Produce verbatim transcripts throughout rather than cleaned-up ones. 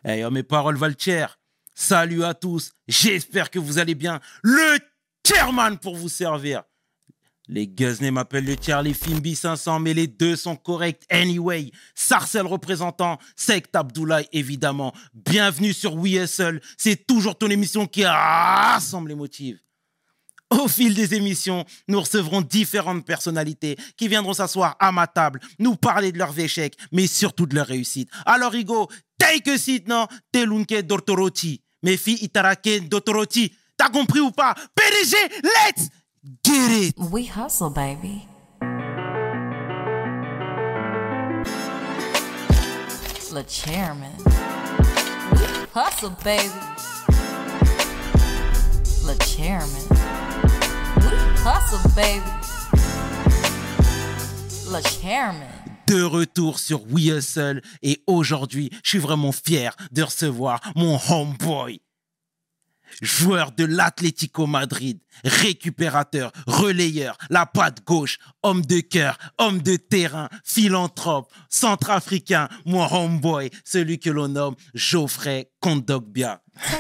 Hey, oh, mes paroles valent cher. Salut à tous. J'espère que vous allez bien. Le chairman pour vous servir. Les Guzney m'appellent le Charlie Fimbi cinq cents, mais les deux sont corrects anyway. Sarcel représentant, Sect Abdoulaye évidemment. Bienvenue sur We Hustle. C'est toujours ton émission qui rassemble les motifs. Au fil des émissions, nous recevrons différentes personnalités qui viendront s'asseoir à ma table, nous parler de leurs échecs, mais surtout de leurs réussites. Alors, Rigo, take a seat, non? Telunke Dortoroti. Mes filles, Itarake Dortoroti. T'as compris ou pas? P D G, let's get it! We hustle, baby. Le chairman. We hustle, baby. Le chairman. Hustle, baby. Le chairman. De retour sur We Hustle et aujourd'hui, je suis vraiment fier de recevoir mon homeboy. Joueur de l'Atlético Madrid, récupérateur, relayeur, la patte gauche, homme de cœur, homme de terrain, philanthrope, centrafricain, mon homeboy, celui que l'on nomme Geoffrey Kondogbia.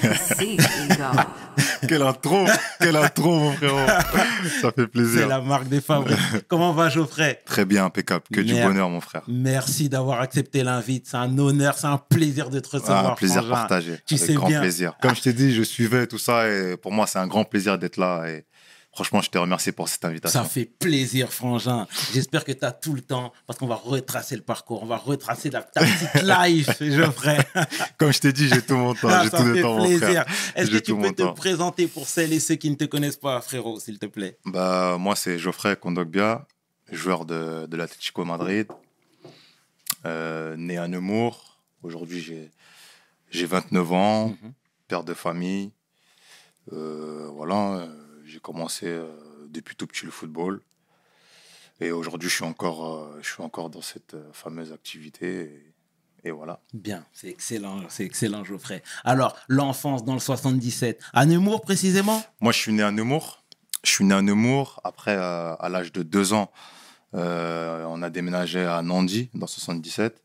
Quelle intro, quelle intro, mon frérot. Ça fait plaisir. C'est la marque des fabriques. Comment va, Geoffrey? Très bien, impeccable. Que Mer- du bonheur, mon frère. Merci d'avoir accepté l'invite. C'est un honneur, c'est un plaisir de te recevoir. Ah, un plaisir frangin. partagé. Tu Avec sais grand bien. plaisir. Comme je t'ai dit, je suivais tout ça et pour moi, c'est un grand plaisir d'être là. Et franchement, je te remercie pour cette invitation. Ça fait plaisir, frangin. J'espère que tu as tout le temps parce qu'on va retracer le parcours. On va retracer la, ta petite life, Geoffrey. Comme je t'ai dit, j'ai tout mon temps. Ah, j'ai ça tout le fait temps, mon plaisir. frère. Est-ce que J'ai tu tout peux mon te temps. présenter pour celles et ceux qui ne te connaissent pas, frérot, s'il te plaît? Bah, moi, c'est Geoffrey Kondogbia, joueur de, de l'Atlético Madrid, euh, né à Nemours. Aujourd'hui, j'ai, j'ai vingt-neuf ans, Mhm. père de famille. Euh, voilà, euh, j'ai commencé euh, depuis tout petit le football. Et aujourd'hui, je suis encore, euh, je suis encore dans cette euh, fameuse activité. Et, et voilà. Bien, c'est excellent, c'est excellent, Geoffrey. Alors, l'enfance dans le soixante-dix-sept, à Nemours précisément? Moi, je suis né à Nemours. Je suis né à Nemours. Après, euh, à l'âge de deux ans, euh, on a déménagé à Nandi, dans soixante-dix-sept.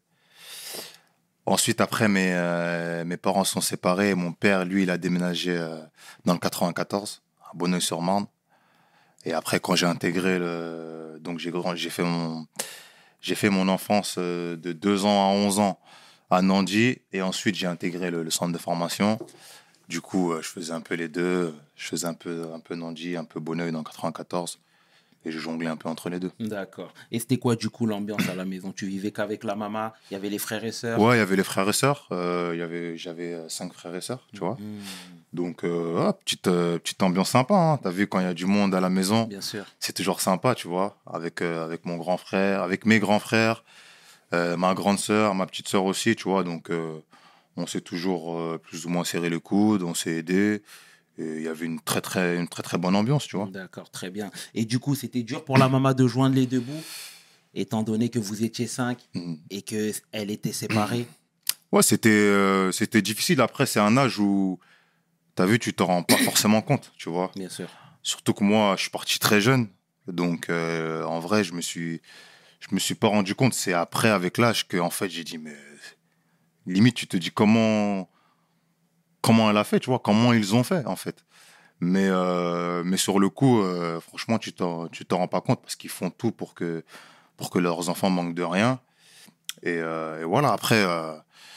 Ensuite, après, mes, euh, mes parents sont séparés. Mon père, lui, il a déménagé euh, dans le quatre-vingt-quatorze, à Bonneuil-sur-Marne. Et après, quand j'ai intégré le... Donc, j'ai, grand- j'ai, fait, mon... j'ai fait mon enfance euh, de deux ans à onze ans à Nandi. Et ensuite, j'ai intégré le, le centre de formation. Du coup, euh, je faisais un peu les deux. Je faisais un peu, un peu Nandi, un peu Bonneuil dans le quatre-vingt-quatorze. Et je jonglais un peu entre les deux. D'accord. Et c'était quoi, du coup, l'ambiance à la maison? Tu vivais qu'avec la maman? Il y avait les frères et sœurs? Ouais, il y avait les frères et sœurs. Euh, il y avait, j'avais euh, cinq frères et sœurs, tu vois. Mmh, Donc, euh, ah, petite, euh, petite ambiance sympa. Hein. T'as vu, quand il y a du monde à la maison, bien sûr. c'est toujours sympa, tu vois. Avec, euh, avec mon grand frère, avec mes grands frères, euh, ma grande sœur, ma petite sœur aussi, tu vois. Donc, euh, on s'est toujours euh, plus ou moins serré le coude, on s'est aidés. Et il y avait une très, très, une très, très bonne ambiance, tu vois. D'accord, très bien. Et du coup, c'était dur pour la maman de joindre les deux bouts, étant donné que vous étiez cinq Mhm. et qu'elle était séparée? Ouais, c'était, euh, c'était difficile. Après, c'est un âge où, t'as vu, tu t'en rends pas forcément compte, tu vois. Bien sûr. Surtout que moi, je suis parti très jeune. Donc, euh, en vrai, je me suis, je me suis pas rendu compte. C'est après, avec l'âge, que en fait, j'ai dit, mais limite, tu te dis comment, comment elle a fait, tu vois, comment ils ont fait, en fait. Mais, euh, mais sur le coup, euh, franchement, tu t'en, tu t'en rends pas compte parce qu'ils font tout pour que, pour que leurs enfants manquent de rien. Et, euh, et voilà, après, euh,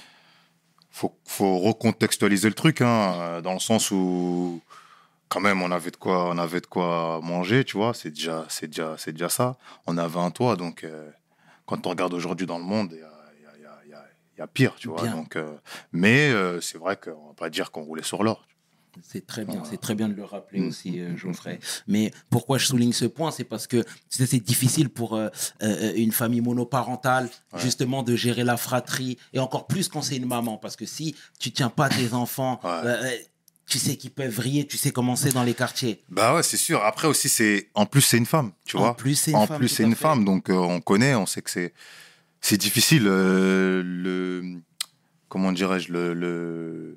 faut, faut recontextualiser le truc, hein, dans le sens où, quand même, on avait de quoi, on avait de quoi manger, tu vois. C'est déjà, c'est déjà, c'est déjà ça. On avait un toit, donc euh, quand on regarde aujourd'hui dans le monde, il y a, il y a, il y a, il y a- il y a pire, tu vois. Bien. Donc, euh, mais euh, c'est vrai qu'on va pas dire qu'on roulait sur l'or. C'est très bien, Voilà. c'est très bien de le rappeler Mmh, aussi, mmh, euh, mmh, Geoffrey. Mais pourquoi je souligne ce point, c'est parce que c'est c'est difficile pour euh, euh, une famille monoparentale, Ouais. justement, de gérer la fratrie, et encore plus quand c'est une maman, parce que si tu tiens pas tes enfants, Ouais. euh, euh, tu sais qu'ils peuvent vriller, tu sais comment c'est dans les quartiers. Bah ouais, c'est sûr. Après aussi, c'est en plus c'est une femme, tu En vois. plus, c'est une en femme, plus tout c'est à une fait. femme, donc euh, on connaît, on sait que c'est c'est difficile. euh, le comment dirais-je le, le...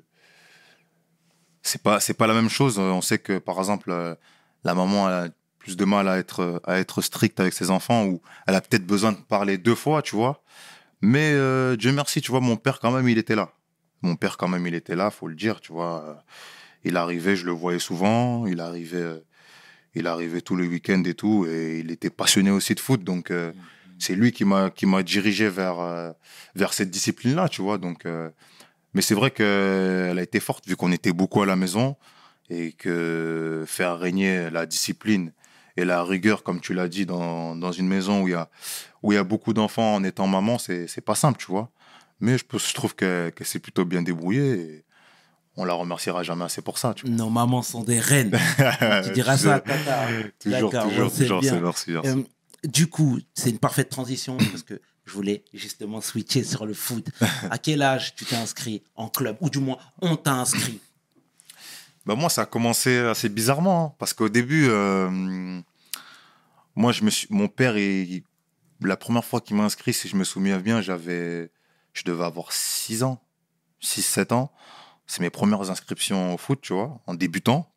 c'est pas c'est pas la même chose. On sait que par exemple euh, la maman elle a plus de mal à être à être stricte avec ses enfants ou elle a peut-être besoin de parler deux fois, tu vois. Mais euh, Dieu merci, tu vois, mon père quand même il était là. Mon père, quand même, il était là, faut le dire, tu vois. Il arrivait, je le voyais souvent, il arrivait, il arrivait tous les week-ends et tout, et il était passionné aussi de foot, donc euh, c'est lui qui m'a, qui m'a dirigé vers, euh, vers cette discipline-là, tu vois. Donc, euh, mais c'est vrai qu'elle a été forte, vu qu'on était beaucoup à la maison, et que faire régner la discipline et la rigueur, comme tu l'as dit, dans, dans une maison où il y a, où il y a beaucoup d'enfants en étant maman, c'est, c'est pas simple, tu vois. Mais je, je trouve qu'elle, qu'elle s'est plutôt bien débrouillée, et on la remerciera jamais assez pour ça, tu vois. Nos mamans sont des reines. Tu diras Je- ça, Tata. Toujours, D'accord, toujours, on sait toujours, bien. c'est merci, merci. Euh, du coup, c'est une parfaite transition parce que je voulais justement switcher sur le foot. À quel âge tu t'es inscrit en club? Ou du moins, on t'a inscrit? Bah moi, ça a commencé assez bizarrement, hein, parce qu'au début, euh, moi, je me suis, mon père, il- la première fois qu'il m'a inscrit, si je me souviens bien, j'avais, je devais avoir six ans, six sept ans. C'est mes premières inscriptions au foot, tu vois, en débutant.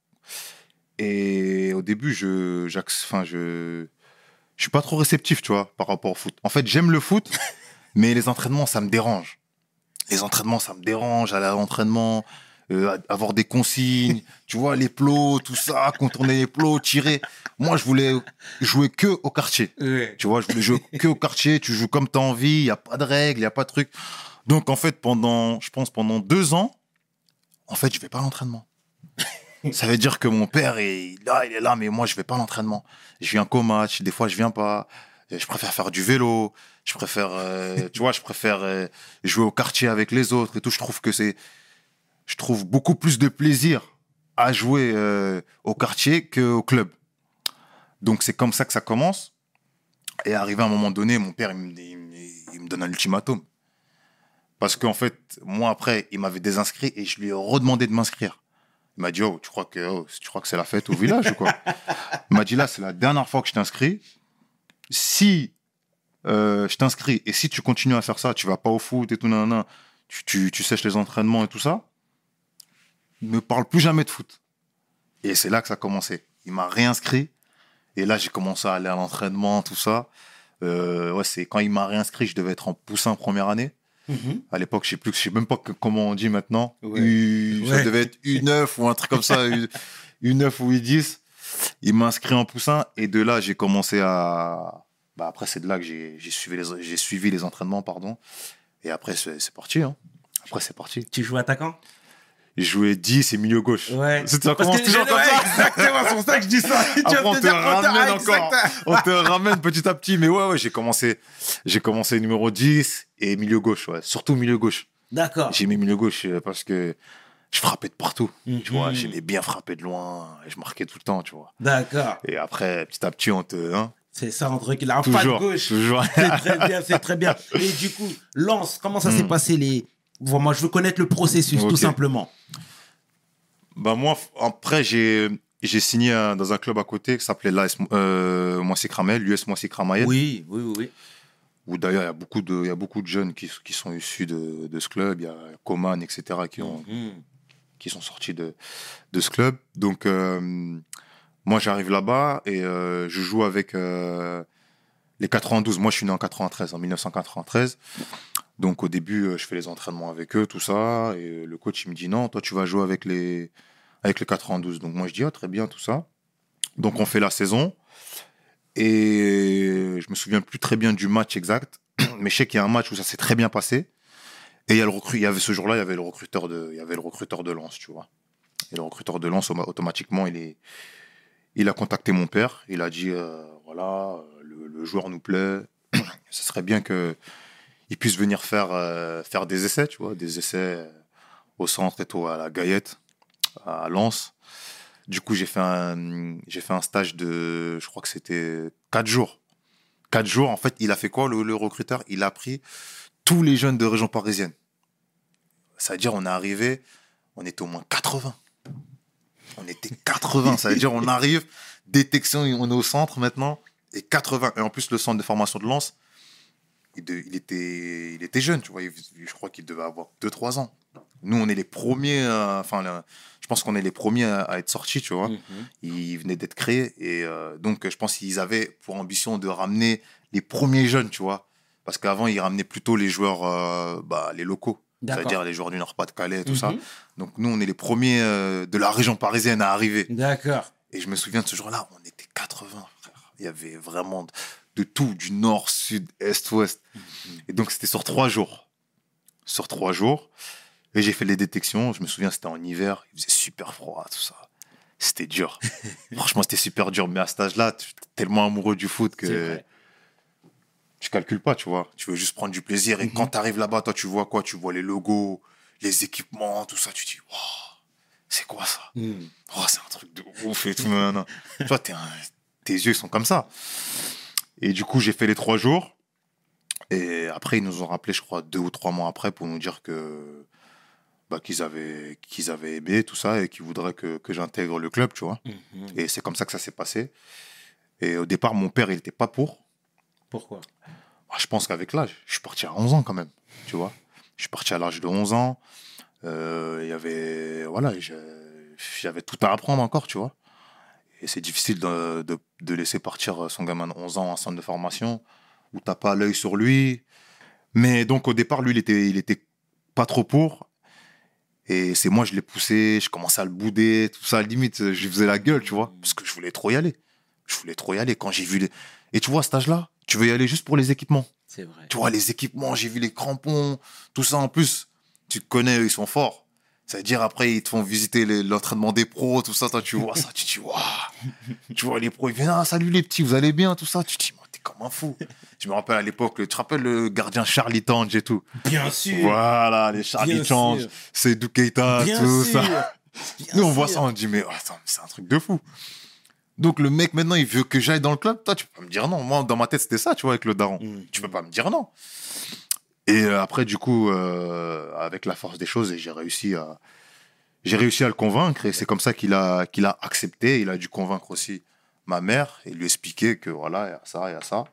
Et au début, je, j'ax- enfin, je, je suis pas trop réceptif, tu vois, par rapport au foot. En fait, j'aime le foot, mais les entraînements, ça me dérange. Les entraînements, ça me dérange. Aller à l'entraînement, euh, avoir des consignes, tu vois, les plots, tout ça, contourner les plots, tirer. Moi, je voulais jouer que au quartier. Ouais. Tu vois, je voulais jouer que au quartier. Tu joues comme tu as envie. Il n'y a pas de règles, il n'y a pas de trucs. Donc, en fait, pendant, je pense, pendant deux ans, en fait, je vais pas à l'entraînement. Ça veut dire que mon père, il, là, il est là, mais moi, je vais pas à l'entraînement. Je viens qu'au match. Des fois, je viens pas. Je préfère faire du vélo. Je préfère, euh, tu vois, je préfère euh, jouer au quartier avec les autres et tout. Je trouve que c'est, je trouve beaucoup plus de plaisir à jouer euh, au quartier qu'au club. Donc, c'est comme ça que ça commence. Et arrivé à un moment donné, mon père, il me, il me- il me donne un ultimatum. Parce qu'en fait, moi, après, il m'avait désinscrit et je lui ai redemandé de m'inscrire. Il m'a dit, oh, tu crois que, oh, tu crois que c'est la fête au village ou quoi? Il m'a dit, là, c'est la dernière fois que je t'inscris. Si euh, je t'inscris et si tu continues à faire ça, tu vas pas au foot et tout, nanana, tu, tu, tu sèches les entraînements et tout ça, ne parle plus jamais de foot. Et c'est là que ça a commencé. Il m'a réinscrit et là, j'ai commencé à aller à l'entraînement, tout ça. Euh, ouais, c'est quand il m'a réinscrit, je devais être en poussin première année. Mhm. À l'époque, je sais plus, je sais même pas que- comment on dit maintenant. Ouais. U- Ça Ouais. devait être U neuf ou un truc comme ça, U- U neuf ou U dix. Il m'a inscrit en poussin et de là, j'ai commencé à. Bah après, c'est de là que j'ai j'ai suivi les j'ai suivi les entraînements, pardon. Et après, c'est c'est parti. Hein. Après, c'est parti. Tu joues attaquant? J'ai joué dix et milieu gauche. Ouais. C'est- Ça Parce commence que toujours j'ai- comme ouais, ça. Exactement, c'est pour ça que je dis ça. Tu Après, vas on me te dire, ramène ah, encore. exact. On te ramène petit à petit. Mais ouais, ouais, j'ai commencé, j'ai commencé numéro dix et milieu gauche. Ouais. Surtout milieu gauche. D'accord. J'ai mis milieu gauche euh, parce que je frappais de partout. Mhm. Tu vois, j'aimais bien frapper de loin. Et je marquais tout le temps, tu vois. D'accord. Et après, petit à petit, on te. Hein, C'est ça, entre qu'il a un pas de toujours. gauche. Toujours. C'est très bien, c'est très bien. Et du coup, Lance, comment ça s'est Mm. passé les... Bon, moi, je veux connaître le processus, Ok. tout simplement. Bah, moi, f- après, j'ai. J'ai signé un- dans un club à côté qui s'appelait l'A S euh, Moissy-Cramel, l'U S Moissy-Cramayel, Oui, oui, oui, oui. où d'ailleurs il y a beaucoup de, il y a beaucoup de jeunes qui, qui sont issus de, de ce club. Il y a Coman, et cetera, qui, ont, Mhm. qui sont sortis de, de ce club. Donc, euh, moi, j'arrive là-bas et euh, je joue avec euh, les quatre-vingt-douze. Moi, je suis né en quatre-vingt-treize, en mille neuf cent quatre-vingt-treize. Donc, au début, euh, je fais les entraînements avec eux, tout ça. Et le coach, il me dit non, toi, tu vas jouer avec les, avec les quatre-vingt-douze. Donc, moi, je dis ah, très bien, tout ça. Donc, on fait la saison. Et je me souviens plus très bien du match exact. Mais je sais qu'il y a un match où ça s'est très bien passé. Et il y a le recru- il y avait ce jour-là, il y avait le recruteur de, il y avait le recruteur de Lens, tu vois. Et le recruteur de Lens, au- automatiquement, il est, il a contacté mon père. Il a dit, euh, voilà, euh, le, le joueur nous plaît. Ce serait bien que il puisse venir faire, euh, faire des essais, tu vois, des essais euh, au centre et tout, à la Gaillette, à Lens. Du coup, j'ai fait un, j'ai fait un stage de, je crois que c'était quatre jours. Quatre jours, en fait, il a fait quoi, le, le recruteur? Il a pris tous les jeunes de région parisienne. C'est-à-dire, on est arrivé, on était au moins quatre-vingts. On était quatre-vingts. Ça veut dire, on arrive, détection, on est au centre maintenant, et quatre-vingts. Et en plus, le centre de formation de Lens, il, de- il était, il était jeune, tu vois. Il- je crois qu'il devait avoir deux trois ans. Nous, on est les premiers, euh, enfin, le- je pense qu'on est les premiers à, à être sortis, tu vois. Mhm. Ils venaient d'être créés. Et euh, donc, je pense qu'ils avaient pour ambition de ramener les premiers jeunes, tu vois. Parce qu'avant, ils ramenaient plutôt les joueurs, euh, bah, les locaux. D'accord. c'est-à-dire les joueurs du Nord-Pas-de-Calais, tout ça. Mhm. Donc nous, on est les premiers euh, de la région parisienne à arriver. D'accord. Et je me souviens de ce jour-là, on était quatre-vingts, frère. Il y avait vraiment de, de tout, du nord, sud, est, ouest. Et donc c'était sur trois jours. Sur trois jours. Et j'ai fait les détections. Je me souviens, c'était en hiver. Il faisait super froid, tout ça. C'était dur. Franchement, c'était super dur. Mais à cet âge-là, tu es tellement amoureux du foot C'est que vrai. tu calcules pas, tu vois. Tu veux juste prendre du plaisir. Et Mhm. quand tu arrives là-bas, toi, tu vois quoi? Tu vois les logos, les équipements, tout ça. Tu te dis, waouh, c'est quoi ça? Mhm. Oh, c'est un truc de ouf et tout. Non, non. Tu vois, t'es un- tes yeux ils sont comme ça. Et du coup, j'ai fait les trois jours. Et après, ils nous ont rappelé, je crois, deux ou trois mois après pour nous dire que bah, qu'ils avaient, qu'ils avaient aimé tout ça et qu'ils voudraient que, que j'intègre le club, tu vois. Mhm. Et c'est comme ça que ça s'est passé. Et au départ, mon père, il n'était pas pour. Pourquoi? Bah, je pense qu'avec l'âge, je suis parti à onze ans quand même, tu vois. Je suis parti à l'âge de onze ans. Euh, Il y avait, voilà, j'ai- j'avais tout à apprendre encore, tu vois. Et c'est difficile de, de, de laisser partir son gamin de onze ans en centre de formation où t'as pas l'œil sur lui. Mais donc au départ, lui, il était, il était pas trop pour. Et c'est moi, je l'ai poussé, je commençais à le bouder, tout ça. Limite, je lui faisais la gueule, tu vois, parce que je voulais trop y aller. Je voulais trop y aller quand j'ai vu les. Et tu vois, à cet âge-là, tu veux y aller juste pour les équipements. C'est vrai. Tu vois, les équipements, j'ai vu les crampons, tout ça en plus. Tu te connais, ils sont forts. Ça veut dire après, ils te font visiter les- l'entraînement des pros, tout ça. Toi, tu vois ça, tu te dis, waouh. Tu vois les pros, ils viennent, ah, salut les petits, vous allez bien, tout ça. Tu te dis, moi, t'es comme un fou. Je me rappelle à l'époque, le- tu te rappelles le gardien Charlie Tange et tout. Bien sûr. Voilà, les Charlie Bien Tange, sûr. Seydou Keita, Bien tout sûr. ça. Bien Nous, on voit sûr. ça, on dit, mais attends, mais c'est un truc de fou. Donc, le mec, maintenant, il veut que j'aille dans le club. Toi, tu peux pas me dire non. Moi, dans ma tête, c'était ça, tu vois, avec le daron. Mhm. Tu peux pas me dire non. Et euh, après, du coup, euh, avec la force des choses, j'ai réussi à, j'ai réussi à le convaincre. Et c'est comme ça qu'il a, qu'il a accepté. Il a dû convaincre aussi ma mère et lui expliquer que voilà, il y a ça, il y a ça.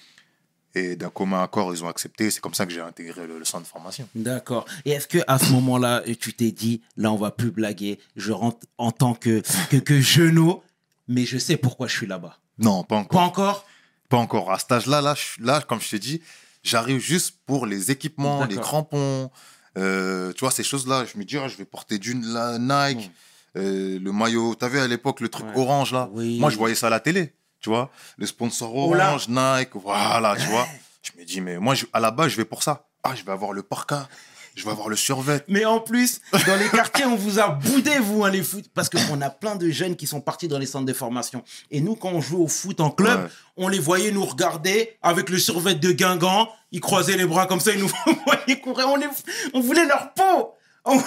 Et d'un commun accord, ils ont accepté. C'est comme ça que j'ai intégré le, le centre de formation. D'accord. Et est-ce que à ce moment-là, tu t'es dit, là, on va plus blaguer, je rentre en tant que, que, que genou, mais je sais pourquoi je suis là-bas. Non, pas Pas encore. encore? Pas encore. À cet âge-là, là, je suis- là, comme je t'ai dit, j'arrive juste pour les équipements, les D'accord. crampons. Euh, tu vois, ces choses-là, je me dis, ah, je vais porter du la Nike, euh, le maillot. T'as vu à l'époque le truc Ouais. orange, là? Oui. Moi, je voyais ça à la télé, tu vois. Le sponsor Oh là. orange, Nike, voilà, tu vois. Je me dis, mais moi, je- à la base, je vais pour ça. Ah, je vais avoir le parka, je vais avoir le survêt. Mais en plus, dans les quartiers, on vous a boudé, vous, hein, les foot. Parce qu'on a plein de jeunes qui sont partis dans les centres de formation. Et nous, quand on joue au foot en club, Ouais. on les voyait nous regarder avec le survêt de Guingamp. Ils croisaient les bras comme ça, ils nous voyaient courir. On, les- on voulait leur peau. On,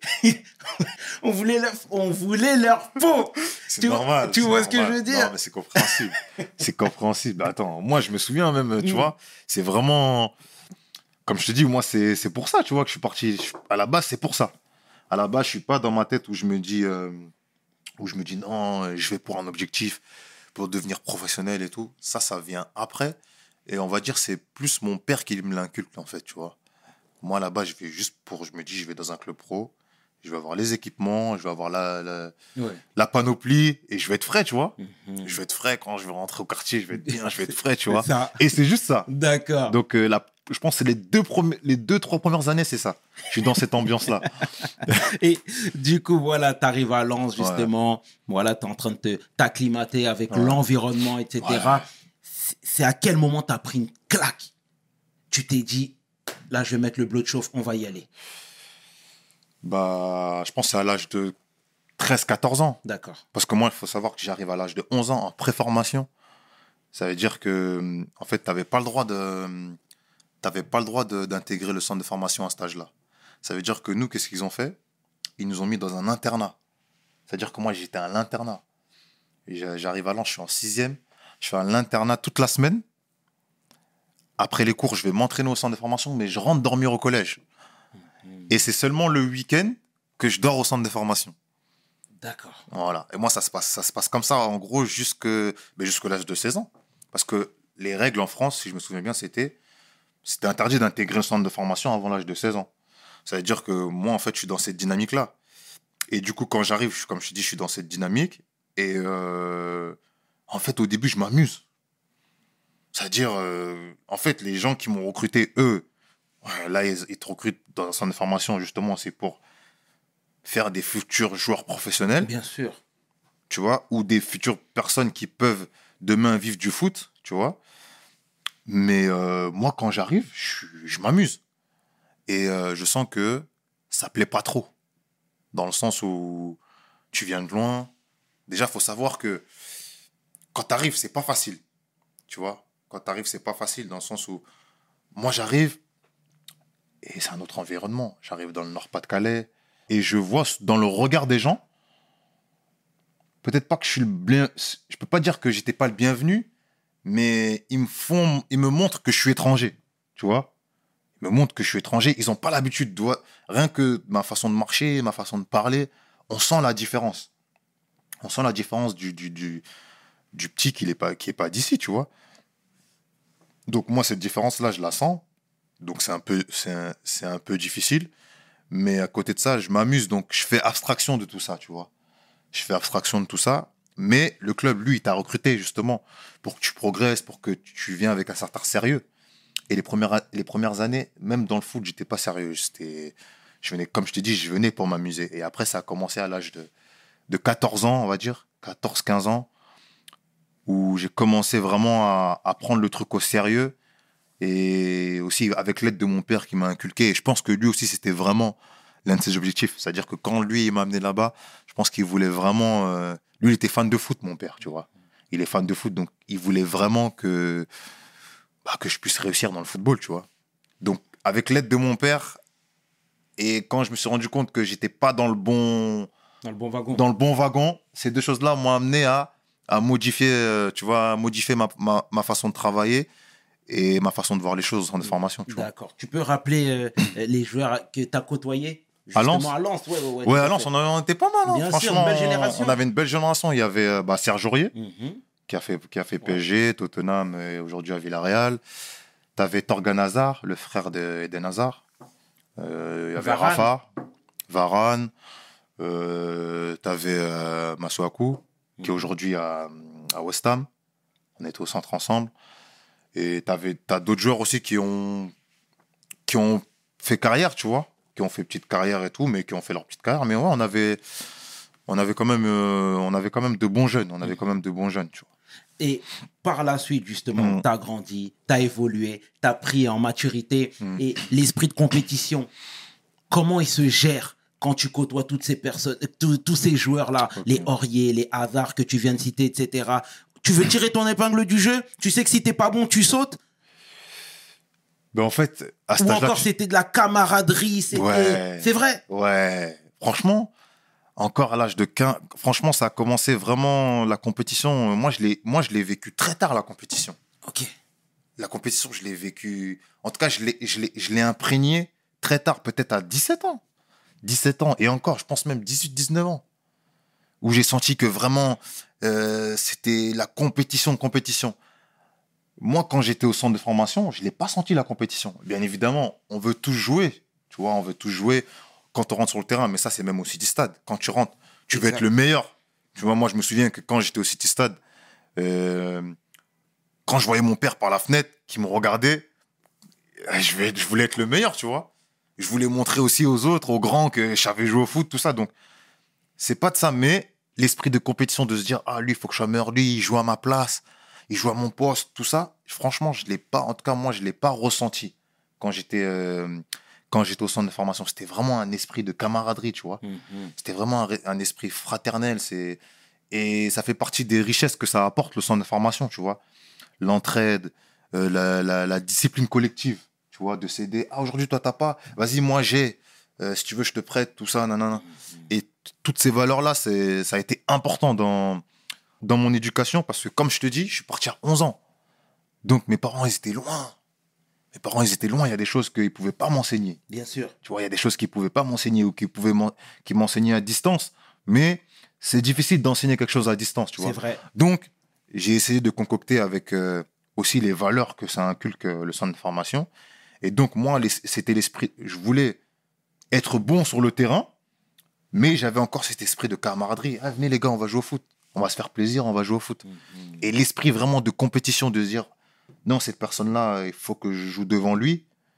on voulait leur, on voulait leur peau. C'est Tu vois- normal. tu c'est vois ce que normal. je veux dire? Non, mais c'est compréhensible. C'est compréhensible. Attends, moi, je me souviens même, tu Mm. vois, c'est vraiment. Comme je te dis, moi, c'est c'est pour ça, tu vois, que je suis parti. Je- À la base, c'est pour ça. À la base, je suis pas dans ma tête où je me dis, euh, où je me dis non, je vais pour un objectif, pour devenir professionnel et tout. Ça, ça vient après. Et on va dire, c'est plus mon père qui me l'inculque, en fait, tu vois. Moi, là-bas, je vais juste pour. Je me dis, je vais dans un club pro, je vais avoir les équipements, je vais avoir la, la, Ouais. la panoplie et je vais être frais, tu vois. Mhm. Je vais être frais quand je vais rentrer au quartier, je vais être bien, je vais être frais, tu C'est vois. ça. Et c'est juste ça. D'accord. Donc, euh, la, je pense que c'est les deux, premi- les deux, trois premières années, c'est ça. Je suis dans cette ambiance-là. Et du coup, voilà, tu arrives à Lens, justement. Voilà, tu es en train de te- t'acclimater avec Ouais. l'environnement, et cetera. Ouais. C'est- C'est à quel moment tu as pris une claque? Tu t'es dit, là, je vais mettre le bloc de chauffe, on va y aller. Bah, je pense que c'est à l'âge de treize quatorze ans. D'accord. Parce que moi, il faut savoir que j'arrive à l'âge de onze ans en préformation. Ça veut dire que, en fait, tu n'avais pas le droit de, t'avais pas le droit de- d'intégrer le centre de formation à cet âge-là. Ça veut dire que nous, qu'est-ce qu'ils ont fait? Ils nous ont mis dans un internat. C'est-à-dire que moi, j'étais à l'internat. Et j'a- J'arrive à Lens, je suis en sixième. Je fais à l'internat toute la semaine. Après les cours, je vais m'entraîner au centre de formation, mais je rentre dormir au collège. Et c'est seulement le week-end que je dors au centre de formation. D'accord. Voilà. Et moi, ça se passe, ça se passe comme ça, en gros, jusque, ben, jusqu'à l'âge de seize ans. Parce que les règles en France, si je me souviens bien, c'était, c'était interdit d'intégrer un centre de formation avant l'âge de seize ans. Ça veut dire que moi, en fait, je suis dans cette dynamique-là. Et du coup, quand j'arrive, je- comme je te dis, je suis dans cette dynamique. Et euh, en fait, au début, je m'amuse. C'est-à-dire, euh, en fait, les gens qui m'ont recruté, eux, Ouais, là, ils, ils te recrutent dans un centre de formation, justement, c'est pour faire des futurs joueurs professionnels, Bien sûr. tu vois, ou des futures personnes qui peuvent demain vivre du foot, tu vois. Mais euh, moi, quand j'arrive, je, je m'amuse. Et euh, je sens que ça plaît pas trop. Dans le sens où tu viens de loin. Déjà, il faut savoir que quand tu arrives, c'est pas facile. Tu vois, quand tu arrives, c'est pas facile dans le sens où moi, j'arrive et c'est un autre environnement. J'arrive dans le Nord-Pas-de-Calais et je vois dans le regard des gens, peut-être pas que je suis le bien, je peux pas dire que j'étais pas le bienvenu, mais ils me font, ils me montrent que je suis étranger. Tu vois, ils me montrent que je suis étranger. Ils ont pas l'habitude de voir, rien que ma façon de marcher, ma façon de parler, on sent la différence. On sent la différence du, du, du, du petit qui n'est pas, qui est pas d'ici, tu vois. Donc moi, cette différence-là, je la sens. Donc c'est un peu, c'est un, c'est un peu difficile. Mais à côté de ça, je m'amuse. Donc je fais abstraction de tout ça, tu vois. Je fais abstraction de tout ça. Mais le club, lui, il t'a recruté justement pour que tu progresses, pour que tu viennes avec un certain sérieux. Et les premières, les premières années, même dans le foot, j'étais pas sérieux. J'étais, je venais, comme je t'ai dit, je venais pour m'amuser. Et après, ça a commencé à l'âge de, de quatorze ans, on va dire, quatorze quinze ans, où j'ai commencé vraiment à, à prendre le truc au sérieux. Et aussi avec l'aide de mon père qui m'a inculqué. Et je pense que lui aussi, c'était vraiment l'un de ses objectifs. C'est-à-dire que quand lui, il m'a amené là-bas, je pense qu'il voulait vraiment... Euh, lui, il était fan de foot, mon père, tu vois. Il est fan de foot, donc il voulait vraiment que, bah, que je puisse réussir dans le football, tu vois. Donc, avec l'aide de mon père, et quand je me suis rendu compte que j'étais pas dans le bon... Dans le bon wagon. Dans le bon wagon, ces deux choses-là m'ont amené à, à modifier, euh, tu vois, à modifier ma, ma, ma façon de travailler et ma façon de voir les choses au centre de formation. Tu vois. D'accord. Tu peux rappeler euh, les joueurs que tu as côtoyés à Lens. Justement, à Lens, ouais, ouais, ouais. Ouais, à Lens, on, on était pas mal. Hein. Bien Franchement, sûr, une belle génération. On avait une belle génération. Il y avait euh, bah, Serge Aurier, Mhm. qui a fait, qui a fait P S G, Tottenham et aujourd'hui à Villarreal. Tu avais Torgan Hazard, le frère d'Eden Hazard. Euh, il y avait Varane. Rafa, Varane. Euh, tu avais euh, Masuaku, qui est aujourd'hui à, à West Ham. On était au centre ensemble. Et tu as d'autres joueurs aussi qui ont, qui ont fait carrière, tu vois, qui ont fait petite carrière et tout, mais qui ont fait leur petite carrière. Mais ouais, on avait, on avait, quand, même, euh, on avait quand même de bons jeunes. On avait quand même de bons jeunes, tu vois. Et par la suite, justement, Mm. tu as grandi, tu as évolué, tu as pris en maturité. Mm. Et l'esprit de compétition, comment il se gère quand tu côtoies toutes ces personnes, tous tous ces joueurs-là, Ok. les Aurier, les Hazard que tu viens de citer, et cetera. Tu veux tirer ton épingle du jeu? Tu sais que si t'es pas bon, tu sautes? Ben en fait, à cet Ou âge-là, encore tu- c'était de la camaraderie? C'était... Ouais. C'est vrai? Ouais, franchement, encore à l'âge de quinze, franchement, ça a commencé vraiment la compétition. Moi, je l'ai, moi, je l'ai vécu très tard, la compétition. Ok. La compétition, je l'ai vécu. En tout cas, je l'ai, je l'ai, je l'ai imprégné très tard, peut-être à dix-sept ans. dix-sept ans, et encore, je pense même dix-huit dix-neuf ans. Où j'ai senti que vraiment, euh, c'était la compétition, compétition. Moi, quand j'étais au centre de formation, je ne l'ai pas senti la compétition. Bien évidemment, on veut tous jouer. Tu vois, on veut tous jouer quand on rentre sur le terrain. Mais ça, c'est même au City Stade. Quand tu rentres, tu veux Exact. être le meilleur. Tu vois, moi, je me souviens que quand j'étais au City Stade, euh, quand je voyais mon père par la fenêtre qui me regardait, euh, je, vais, je voulais être le meilleur, tu vois. Je voulais montrer aussi aux autres, aux grands, que je savais jouer au foot, tout ça. Donc, c'est pas de ça, mais l'esprit de compétition, de se dire, ah, lui, il faut que je sois meilleur, lui, il joue à ma place, il joue à mon poste, tout ça, franchement, je l'ai pas, en tout cas, moi, je l'ai pas ressenti quand j'étais, euh, quand j'étais au centre de formation. C'était vraiment un esprit de camaraderie, tu vois. Mhm. C'était vraiment un, un esprit fraternel. C'est... Et ça fait partie des richesses que ça apporte, le centre de formation, tu vois. L'entraide, euh, la, la, la discipline collective, tu vois, de s'aider. Ah, aujourd'hui, toi, t'as pas. Vas-y, moi, j'ai. Euh, si tu veux, je te prête, tout ça, nanana. Et t- toutes ces valeurs-là, c'est, ça a été important dans, dans mon éducation parce que, comme je te dis, je suis parti à onze ans. Donc, mes parents, ils étaient loin. Mes parents, ils étaient loin. Il y a des choses qu'ils ne pouvaient pas m'enseigner. Bien sûr. Tu vois, il y a des choses qu'ils ne pouvaient pas m'enseigner ou qu'ils pouvaient m'en- qu'ils m'enseignaient à distance. Mais c'est difficile d'enseigner quelque chose à distance, tu vois. C'est vrai. Donc, j'ai essayé de concocter avec euh, aussi les valeurs que ça inculque euh, le centre de formation. Et donc, moi, les- c'était l'esprit. Je voulais être bon sur le terrain, mais j'avais encore cet esprit de camaraderie. Ah, venez les gars, on va jouer au foot. On va se faire plaisir, on va jouer au foot. Mhm. Et l'esprit vraiment de compétition, de se dire, non, cette personne-là, il faut que je joue devant lui.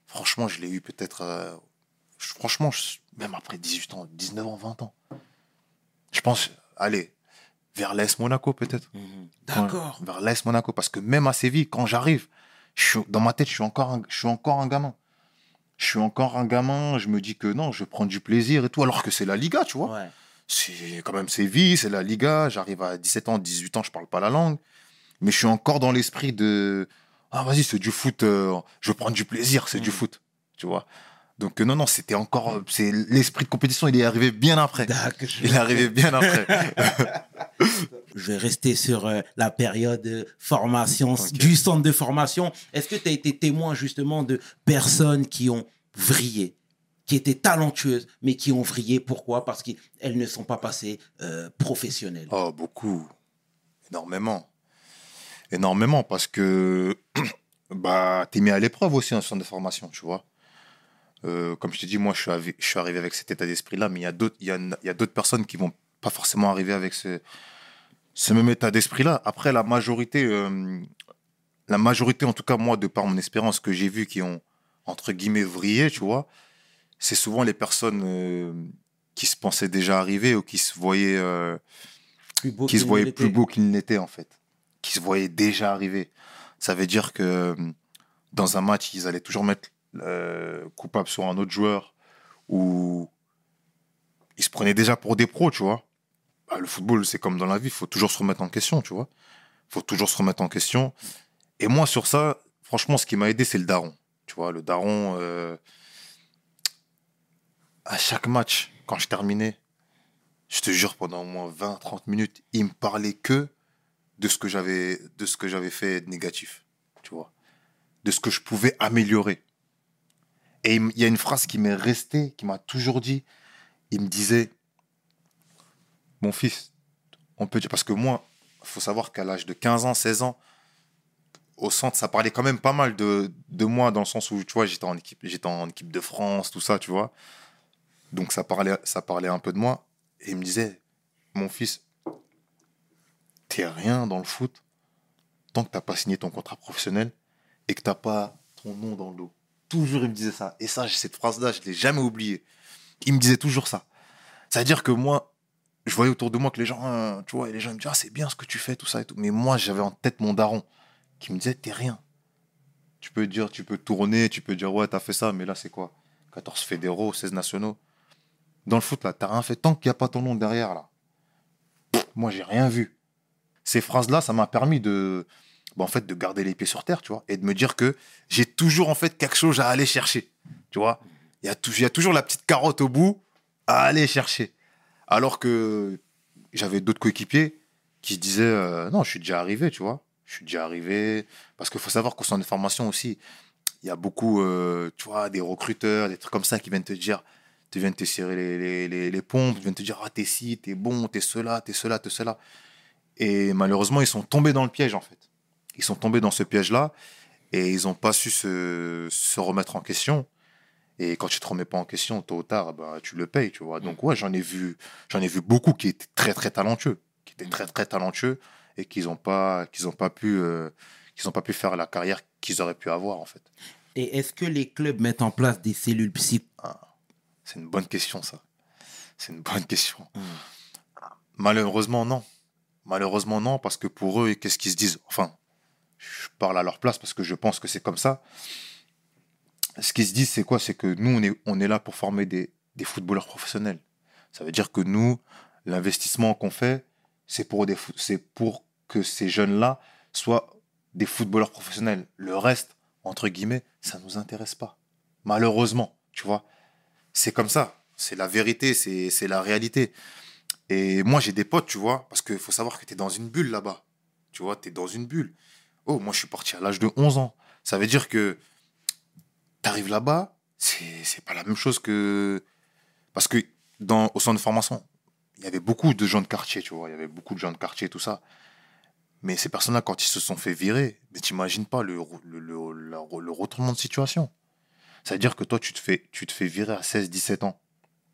franchement, je l'ai eu peut-être... euh, je- franchement, je- même après dix-huit ans, dix-neuf ans, vingt ans. Je pense, allez, vers l'A S Monaco peut-être. Mhm. D'accord. Ouais, vers l'A S Monaco. Parce que même à Séville, quand j'arrive, je suis- dans ma tête, je suis, encore un, je suis encore un gamin. Je suis encore un gamin, je me dis que non, je vais prendre du plaisir et tout, alors que c'est la Liga, tu vois. Ouais. C'est quand même Séville, c'est la Liga. J'arrive à dix-sept ans, dix-huit ans, je parle pas la langue. Mais je suis encore dans l'esprit de... Ah, vas-y, c'est du foot, euh, je veux prendre du plaisir, c'est Mhm. du foot, tu vois. Donc euh, non, non, c'était encore... euh, c'est l'esprit de compétition, il est arrivé bien après. D'accord. Il est arrivé bien après. Je vais rester sur euh, la période de formation, Ok. du centre de formation. Est-ce que tu as été témoin justement de personnes qui ont vrillé, qui étaient talentueuses, mais qui ont vrillé? Pourquoi? Parce qu'elles ne sont pas passées euh, professionnelles. Oh, beaucoup. Énormément. Énormément, parce que bah, t'es mis à l'épreuve aussi en centre de formation, tu vois. Euh, comme je t'ai dit, moi, je suis, arri- je suis arrivé avec cet état d'esprit-là, mais il y a d'autres il y a, il y a d'autres personnes qui vont pas forcément arriver avec ce, ce même état d'esprit-là. Après, la majorité, euh, la majorité, en tout cas, moi, de par mon expérience que j'ai vu qui ont, entre guillemets, vrillé, tu vois, c'est souvent les personnes euh, qui se pensaient déjà arrivées ou qui se voyaient, euh, Plus beau qui se qu'il voyaient ne plus l'était. beaux qu'ils ne l'étaient, en fait. Qui se voyaient déjà arriver. Ça veut dire que euh, dans un match, ils allaient toujours mettre euh, coupable sur un autre joueur ou ils se prenaient déjà pour des pros, tu vois. Bah, le football, c'est comme dans la vie, il faut toujours se remettre en question, tu vois. Il faut toujours se remettre en question. Et moi, sur ça, franchement, ce qui m'a aidé, c'est le daron. Tu vois, le daron, euh, à chaque match, quand je terminais, je te jure, pendant au moins vingt trente minutes, il me parlait que de ce que j'avais, de ce que j'avais fait de négatif, tu vois. De ce que je pouvais améliorer. Et il m- il y a une phrase qui m'est restée, qui m'a toujours dit, il me disait, mon fils, on peut dire, parce que moi, il faut savoir qu'à l'âge de quinze ans, seize ans, au centre, ça parlait quand même pas mal de, de moi, dans le sens où, tu vois, j'étais en équipe, j'étais en équipe de France, tout ça, tu vois. Donc ça parlait, ça parlait un peu de moi. Et il me disait, mon fils, t'es rien dans le foot tant que t'as pas signé ton contrat professionnel et que t'as pas ton nom dans le dos. Toujours, il me disait ça. Et ça, cette phrase-là, je l'ai jamais oubliée. Il me disait toujours ça. Ça veut dire que moi, je voyais autour de moi que les gens, euh, tu vois, et les gens ils me disaient, ah, c'est bien ce que tu fais, tout ça et tout. Mais moi, j'avais en tête mon daron qui me disait, t'es rien. Tu peux dire, tu peux tourner, tu peux dire, ouais, t'as fait ça, mais là, c'est quoi? quatorze fédéraux, seize nationaux. Dans le foot, là, t'as rien fait. Tant qu'il n'y a pas ton nom derrière, là, moi, j'ai rien vu. Ces phrases-là, ça m'a permis de, bah, en fait, de garder les pieds sur terre, tu vois, et de me dire que j'ai toujours, en fait, quelque chose à aller chercher, tu vois. Il y a, tou- il y a toujours la petite carotte au bout à aller chercher. Alors que j'avais d'autres coéquipiers qui se disaient, euh, non, je suis déjà arrivé, tu vois. Je suis déjà arrivé. Parce qu'il faut savoir qu'au centre de formation aussi, il y a beaucoup, euh, tu vois, des recruteurs, des trucs comme ça qui viennent te dire, tu viens te serrer les, les, les, les pompes, ils viennent te dire, ah, t'es ci, t'es bon, t'es cela, t'es cela, t'es cela. Et malheureusement, ils sont tombés dans le piège, en fait. Ils sont tombés dans ce piège-là et ils n'ont pas su se, se remettre en question. Et quand tu te remets pas en question, tôt ou tard, bah, tu le payes, tu vois. Donc, ouais, j'en ai vu, j'en ai vu beaucoup qui étaient très, très talentueux, qui étaient très, très talentueux et qu'ils n'ont pas, qu'ils ont pas pu, euh, qu'ils ont pas pu faire la carrière qu'ils auraient pu avoir, en fait. Et est-ce que les clubs mettent en place des cellules psy? C'est une bonne question, ça. C'est une bonne question. Mm. Malheureusement, non. Malheureusement, non, parce que pour eux, qu'est-ce qu'ils se disent? Enfin, je parle à leur place parce que je pense que c'est comme ça. Ce qu'ils se disent, c'est quoi? C'est que nous, on est, on est là pour former des, des footballeurs professionnels. Ça veut dire que nous, l'investissement qu'on fait, c'est pour, des, fo- c'est pour que ces jeunes-là soient des footballeurs professionnels. Le reste, entre guillemets, ça ne nous intéresse pas. Malheureusement, tu vois. C'est comme ça. C'est la vérité, c'est, c'est la réalité. Et moi, j'ai des potes, tu vois, parce qu'il faut savoir que tu es dans une bulle là-bas. Tu vois, tu es dans une bulle. Oh, moi, je suis parti à l'âge de onze ans. Ça veut dire que tu arrives là-bas, c'est, c'est pas la même chose que... Parce que dans, au centre de formation, il y avait beaucoup de gens de quartier, tu vois. Il y avait beaucoup de gens de quartier, tout ça. Mais ces personnes-là, quand ils se sont fait virer, mais t'imagines pas le, le, le, la- le retournement de situation. Ça veut dire que toi, tu te fais, tu te fais virer à seize dix-sept ans.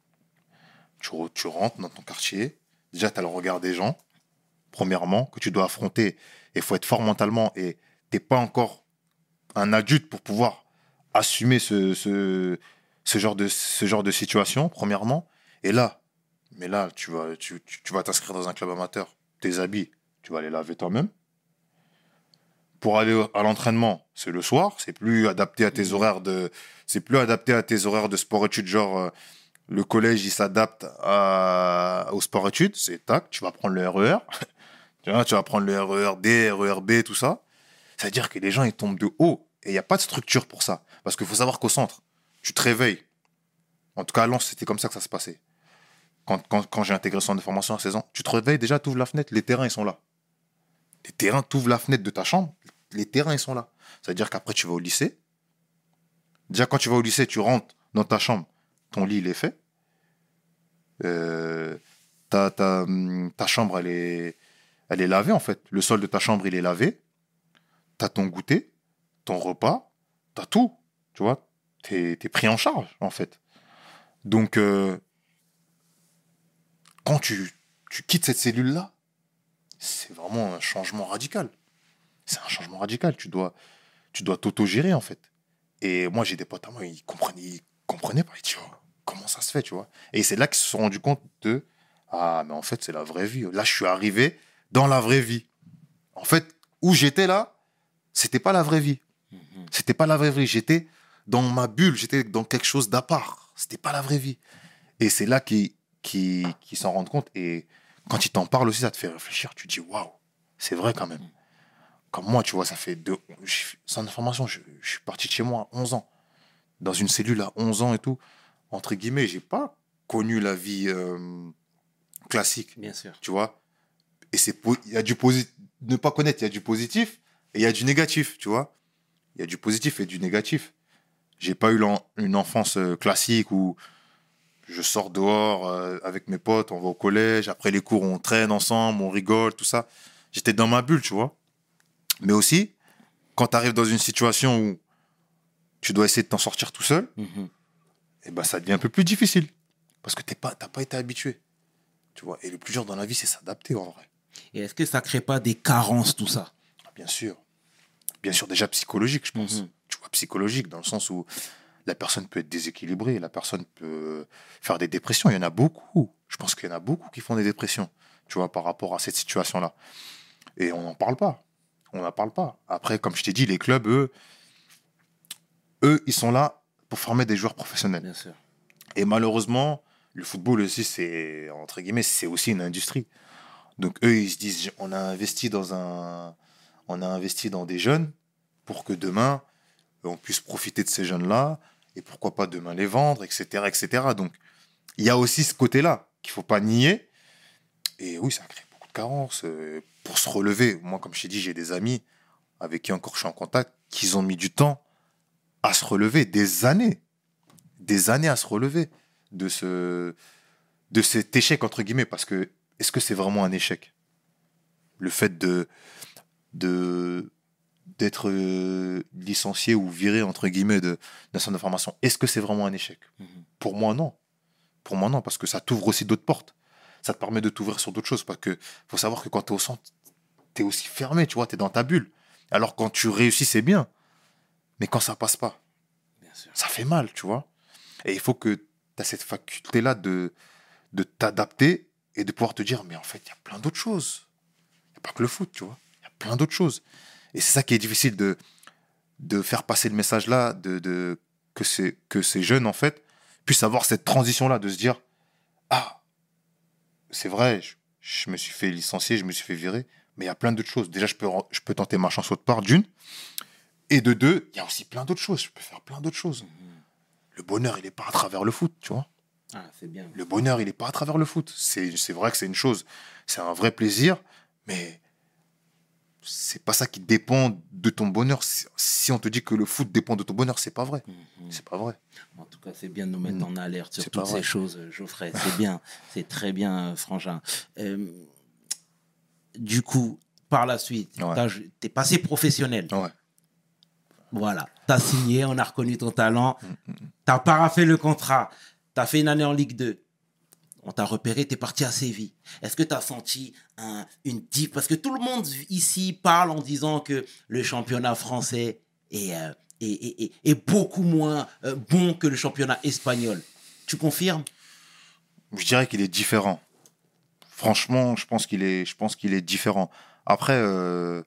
Tu, re- tu rentres dans ton quartier. Déjà, tu as le regard des gens, premièrement, que tu dois affronter. Il faut être fort mentalement et t'es pas encore un adulte pour pouvoir assumer ce, ce, ce, genre de, ce genre de situation, premièrement. Et là, mais là, tu vas, tu, tu, tu vas t'inscrire dans un club amateur. Tes habits, tu vas les laver toi-même. Pour aller à l'entraînement, c'est le soir. C'est plus adapté à tes Mmh. horaires de, c'est plus adapté à tes horaires de sport-études. Genre, euh, le collège, il s'adapte à, au sport-études. C'est tac, tu vas prendre le R E R. tu vois, tu vas prendre le R E R D, R E R B, tout ça. C'est-à-dire que les gens, ils tombent de haut. Et il n'y a pas de structure pour ça. Parce qu'il faut savoir qu'au centre, tu te réveilles. En tout cas, à Lens, c'était comme ça que ça se passait. Quand, quand, quand j'ai intégré le centre de formation à seize ans, tu te réveilles, déjà, tu ouvres la fenêtre, les terrains, ils sont là. Les terrains, tu ouvres la fenêtre de ta chambre, les terrains, ils sont là. C'est-à-dire qu'après, tu vas au lycée. Déjà, quand tu vas au lycée, tu rentres dans ta chambre, ton lit, il est fait. Euh, ta, ta, ta chambre, elle est, elle est lavée, en fait. Le sol de ta chambre, il est lavé. Tu as ton goûter, ton repas, tu as tout. Tu vois, tu es pris en charge, en fait. Donc, euh, quand tu, tu quittes cette cellule-là, c'est vraiment un changement radical. C'est un changement radical. Tu dois, tu dois t'auto-gérer, en fait. Et moi, j'ai des potes à moi, ils comprenaient, ils comprenaient pas. Ils disaient, oh, comment ça se fait, tu vois. Et c'est là qu'ils se sont rendus compte de, ah, mais en fait, c'est la vraie vie. Là, je suis arrivé dans la vraie vie. En fait, où j'étais là, c'était pas la vraie vie. Mmh. C'était pas la vraie vie. J'étais dans ma bulle, j'étais dans quelque chose d'à part. C'était pas la vraie vie. Et c'est là qu'ils, qu'ils, qu'ils s'en rendent compte. Et quand ils t'en parlent aussi, ça te fait réfléchir. Tu te dis, waouh, c'est vrai quand même. Comme moi, tu vois, ça fait deux... Sans information, je, je suis parti de chez moi à onze ans. Dans une cellule à onze ans et tout. Entre guillemets, j'ai pas connu la vie euh, classique. Bien sûr. Tu vois. Et c'est po- il y a du positif. Ne pas connaître, il y a du positif et il y a du négatif, tu vois. Il y a du positif et du négatif. J'ai pas eu l'en- une enfance euh, classique où je sors dehors euh, avec mes potes, on va au collège, après les cours, on traîne ensemble, on rigole, tout ça. J'étais dans ma bulle, tu vois. Mais aussi, quand tu arrives dans une situation où tu dois essayer de t'en sortir tout seul, Mmh. eh ben, ça devient un peu plus difficile. Parce que tu n'as pas, t'as pas été habitué. Tu vois. Et le plus dur dans la vie, c'est s'adapter, en vrai. Et est-ce que ça crée pas des carences, tout ça? Bien sûr. Bien sûr, déjà psychologique, je pense. Mhm. Tu vois, psychologique, dans le sens où la personne peut être déséquilibrée, la personne peut faire des dépressions. Il y en a beaucoup. Je pense qu'il y en a beaucoup qui font des dépressions, tu vois, par rapport à cette situation-là. Et on n'en parle pas. On n'en parle pas. Après, comme je t'ai dit, les clubs, eux, eux, ils sont là pour former des joueurs professionnels. Bien sûr. Et malheureusement, le football aussi, c'est, entre guillemets, c'est aussi une industrie. Donc eux, ils se disent, on a investi dans un, on a investi dans des jeunes pour que demain, on puisse profiter de ces jeunes-là et pourquoi pas demain les vendre, et cetera, et cetera. Donc il y a aussi ce côté-là qu'il faut pas nier. Et oui, ça crée beaucoup de carences. Euh, pour se relever, moi, comme je t'ai dit, j'ai des amis avec qui encore je suis en contact, qui ont mis du temps à se relever, des années, des années à se relever de ce, de cet échec entre guillemets, parce que est-ce que c'est vraiment un échec, le fait de, de d'être euh, licencié ou viré entre guillemets de d'un centre de formation, est-ce que c'est vraiment un échec? Mhm. Pour moi non, pour moi non, parce que ça t'ouvre aussi d'autres portes, ça te permet de t'ouvrir sur d'autres choses, parce que faut savoir que quand t'es au centre, t'es aussi fermé, tu vois, t'es dans ta bulle. Alors quand tu réussis, c'est bien, mais quand ça passe pas, Bien sûr. ça fait mal, tu vois. Et il faut que tu as cette faculté-là de, de t'adapter et de pouvoir te dire, mais en fait, il y a plein d'autres choses. Il n'y a pas que le foot, tu vois. Il y a plein d'autres choses. Et c'est ça qui est difficile de, de faire passer le message-là, de, de, que, c'est, que ces jeunes, en fait, puissent avoir cette transition-là, de se dire, ah, c'est vrai, je, je me suis fait licencier, je me suis fait virer, mais il y a plein d'autres choses. Déjà, je peux, je peux tenter ma chance autre part, d'une. Et de deux, il y a aussi plein d'autres choses. Je peux faire plein d'autres choses. Mhm. Le bonheur, il n'est pas à travers le foot, tu vois. Ah, c'est bien. Le bonheur, il n'est pas à travers le foot. C'est, c'est vrai que c'est une chose, c'est un vrai plaisir, mais c'est pas ça qui dépend de ton bonheur. Si- Si on te dit que le foot dépend de ton bonheur, c'est pas vrai. Mhm. C'est pas vrai. En tout cas, c'est bien de nous mettre Mm. en alerte sur C'est toutes pas vrai. ces choses, euh, Geoffrey. C'est bien, c'est très bien, euh, Frangin. Euh, du coup, par la suite, Ouais. t'as- t'es passé professionnel. Ouais. Voilà, t'as signé, on a reconnu ton talent. Mm, mm, T'as paraphé le contrat. T'as fait une année en Ligue deux. On t'a repéré, t'es parti à Séville. Est-ce que t'as senti un, une diff? Parce que tout le monde ici parle en disant que le championnat français est, euh, est, est, est, est beaucoup moins euh, bon que le championnat espagnol. Tu confirmes? Je dirais qu'il est différent. Franchement, je pense qu'il est, je pense qu'il est différent. Après, euh,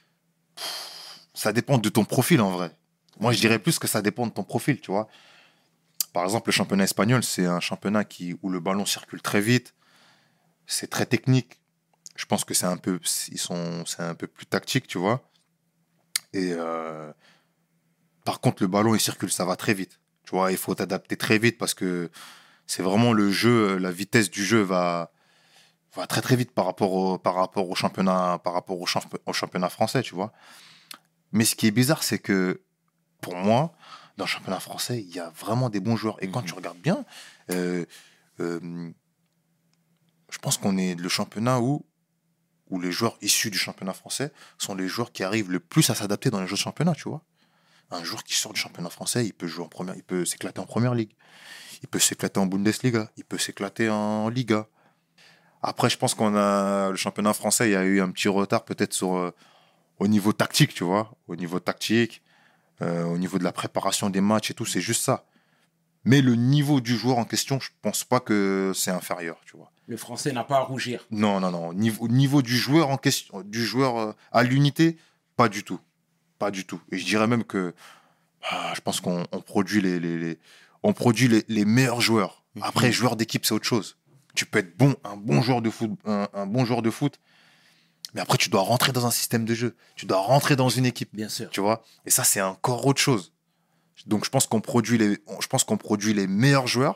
ça dépend de ton profil en vrai. Moi, je dirais plus que ça dépend de ton profil, tu vois. Par exemple, le championnat espagnol, c'est un championnat qui, où le ballon circule très vite. C'est très technique. Je pense que c'est un peu, ils sont, c'est un peu plus tactique, tu vois. Et euh, par contre, le ballon, il circule, ça va très vite. Tu vois, il faut t'adapter très vite parce que c'est vraiment le jeu, la vitesse du jeu va, va très très vite par rapport au, par rapport au championnat, par rapport au, champ, au championnat français, tu vois. Mais ce qui est bizarre, c'est que pour moi, dans le championnat français, il y a vraiment des bons joueurs. Et quand tu regardes bien, euh, euh, je pense qu'on est le championnat où, où les joueurs issus du championnat français sont les joueurs qui arrivent le plus à s'adapter dans les autres championnats, tu vois. Un joueur qui sort du championnat français, il peut jouer en première, il peut s'éclater en première ligue, il peut s'éclater en Bundesliga, il peut s'éclater en Liga. Après, je pense qu'on a le championnat français, il y a eu un petit retard peut-être sur euh, au niveau tactique, tu vois, au niveau tactique, euh, au niveau de la préparation des matchs et tout, c'est juste ça. Mais le niveau du joueur en question, je pense pas que c'est inférieur, tu vois. Le français n'a pas à rougir. Non, non, non. Au niveau, au niveau du joueur en question, du joueur euh, à l'unité, pas du tout. Pas du tout. Et je dirais même que ah, je pense qu'on on produit, les, les, les, on produit les, les meilleurs joueurs. Après, joueur d'équipe, c'est autre chose. Tu peux être bon, un bon joueur de foot, un, un bon joueur de foot, mais après, tu dois rentrer dans un système de jeu. Tu dois rentrer dans une équipe. Bien sûr. Tu vois. Et ça, c'est encore autre chose. Donc, je pense qu'on produit les, je pense qu'on produit les meilleurs joueurs.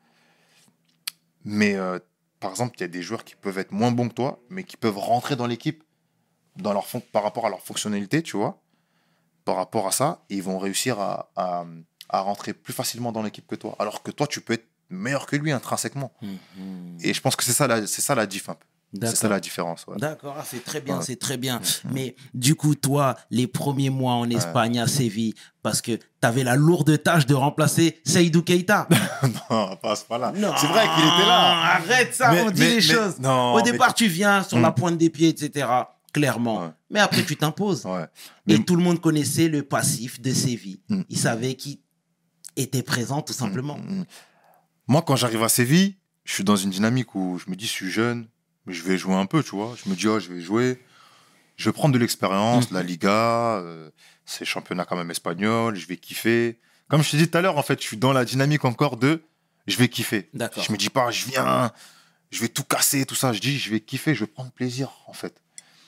Mais, euh, par exemple, il y a des joueurs qui peuvent être moins bons que toi, mais qui peuvent rentrer dans l'équipe dans leur fon- par rapport à leur fonctionnalité, tu vois. Par rapport à ça, ils vont réussir à, à, à rentrer plus facilement dans l'équipe que toi. Alors que toi, tu peux être meilleur que lui intrinsèquement. Mmh. Et je pense que c'est ça la, c'est ça la diff un peu. D'accord. C'est ça la différence. Ouais. D'accord, ah, c'est très bien, Ouais. c'est très bien. Mmh. Mais du coup, toi, les premiers mois en Espagne, à Séville, parce que tu avais la lourde tâche de remplacer Seydou Keita. Non, pas à ce point-là. Non, C'est vrai qu'il était là. Arrête ça, Mais- on dit mais- les mais- choses. non, Au mais- départ, tu viens sur la Mm. pointe des pieds, et cetera. Clairement. Ouais. Mais après, tu t'imposes. Ouais. Et Mais- tout le monde connaissait le passif de Séville. Mm. Il savait qui était présent, tout simplement. Mm. Moi, quand j'arrive à Séville, je suis dans une dynamique où je me dis, je suis jeune, mais je vais jouer un peu, tu vois. Je me dis, oh, je vais jouer. Je vais prendre de l'expérience, Mhm. la Liga, euh, c'est championnat quand même espagnol, je vais kiffer. Comme je te dis tout à l'heure, en fait, je suis dans la dynamique encore de je vais kiffer. D'accord. Je me dis pas, je viens, je vais tout casser, tout ça. Je dis, je vais kiffer, je vais prendre plaisir, en fait.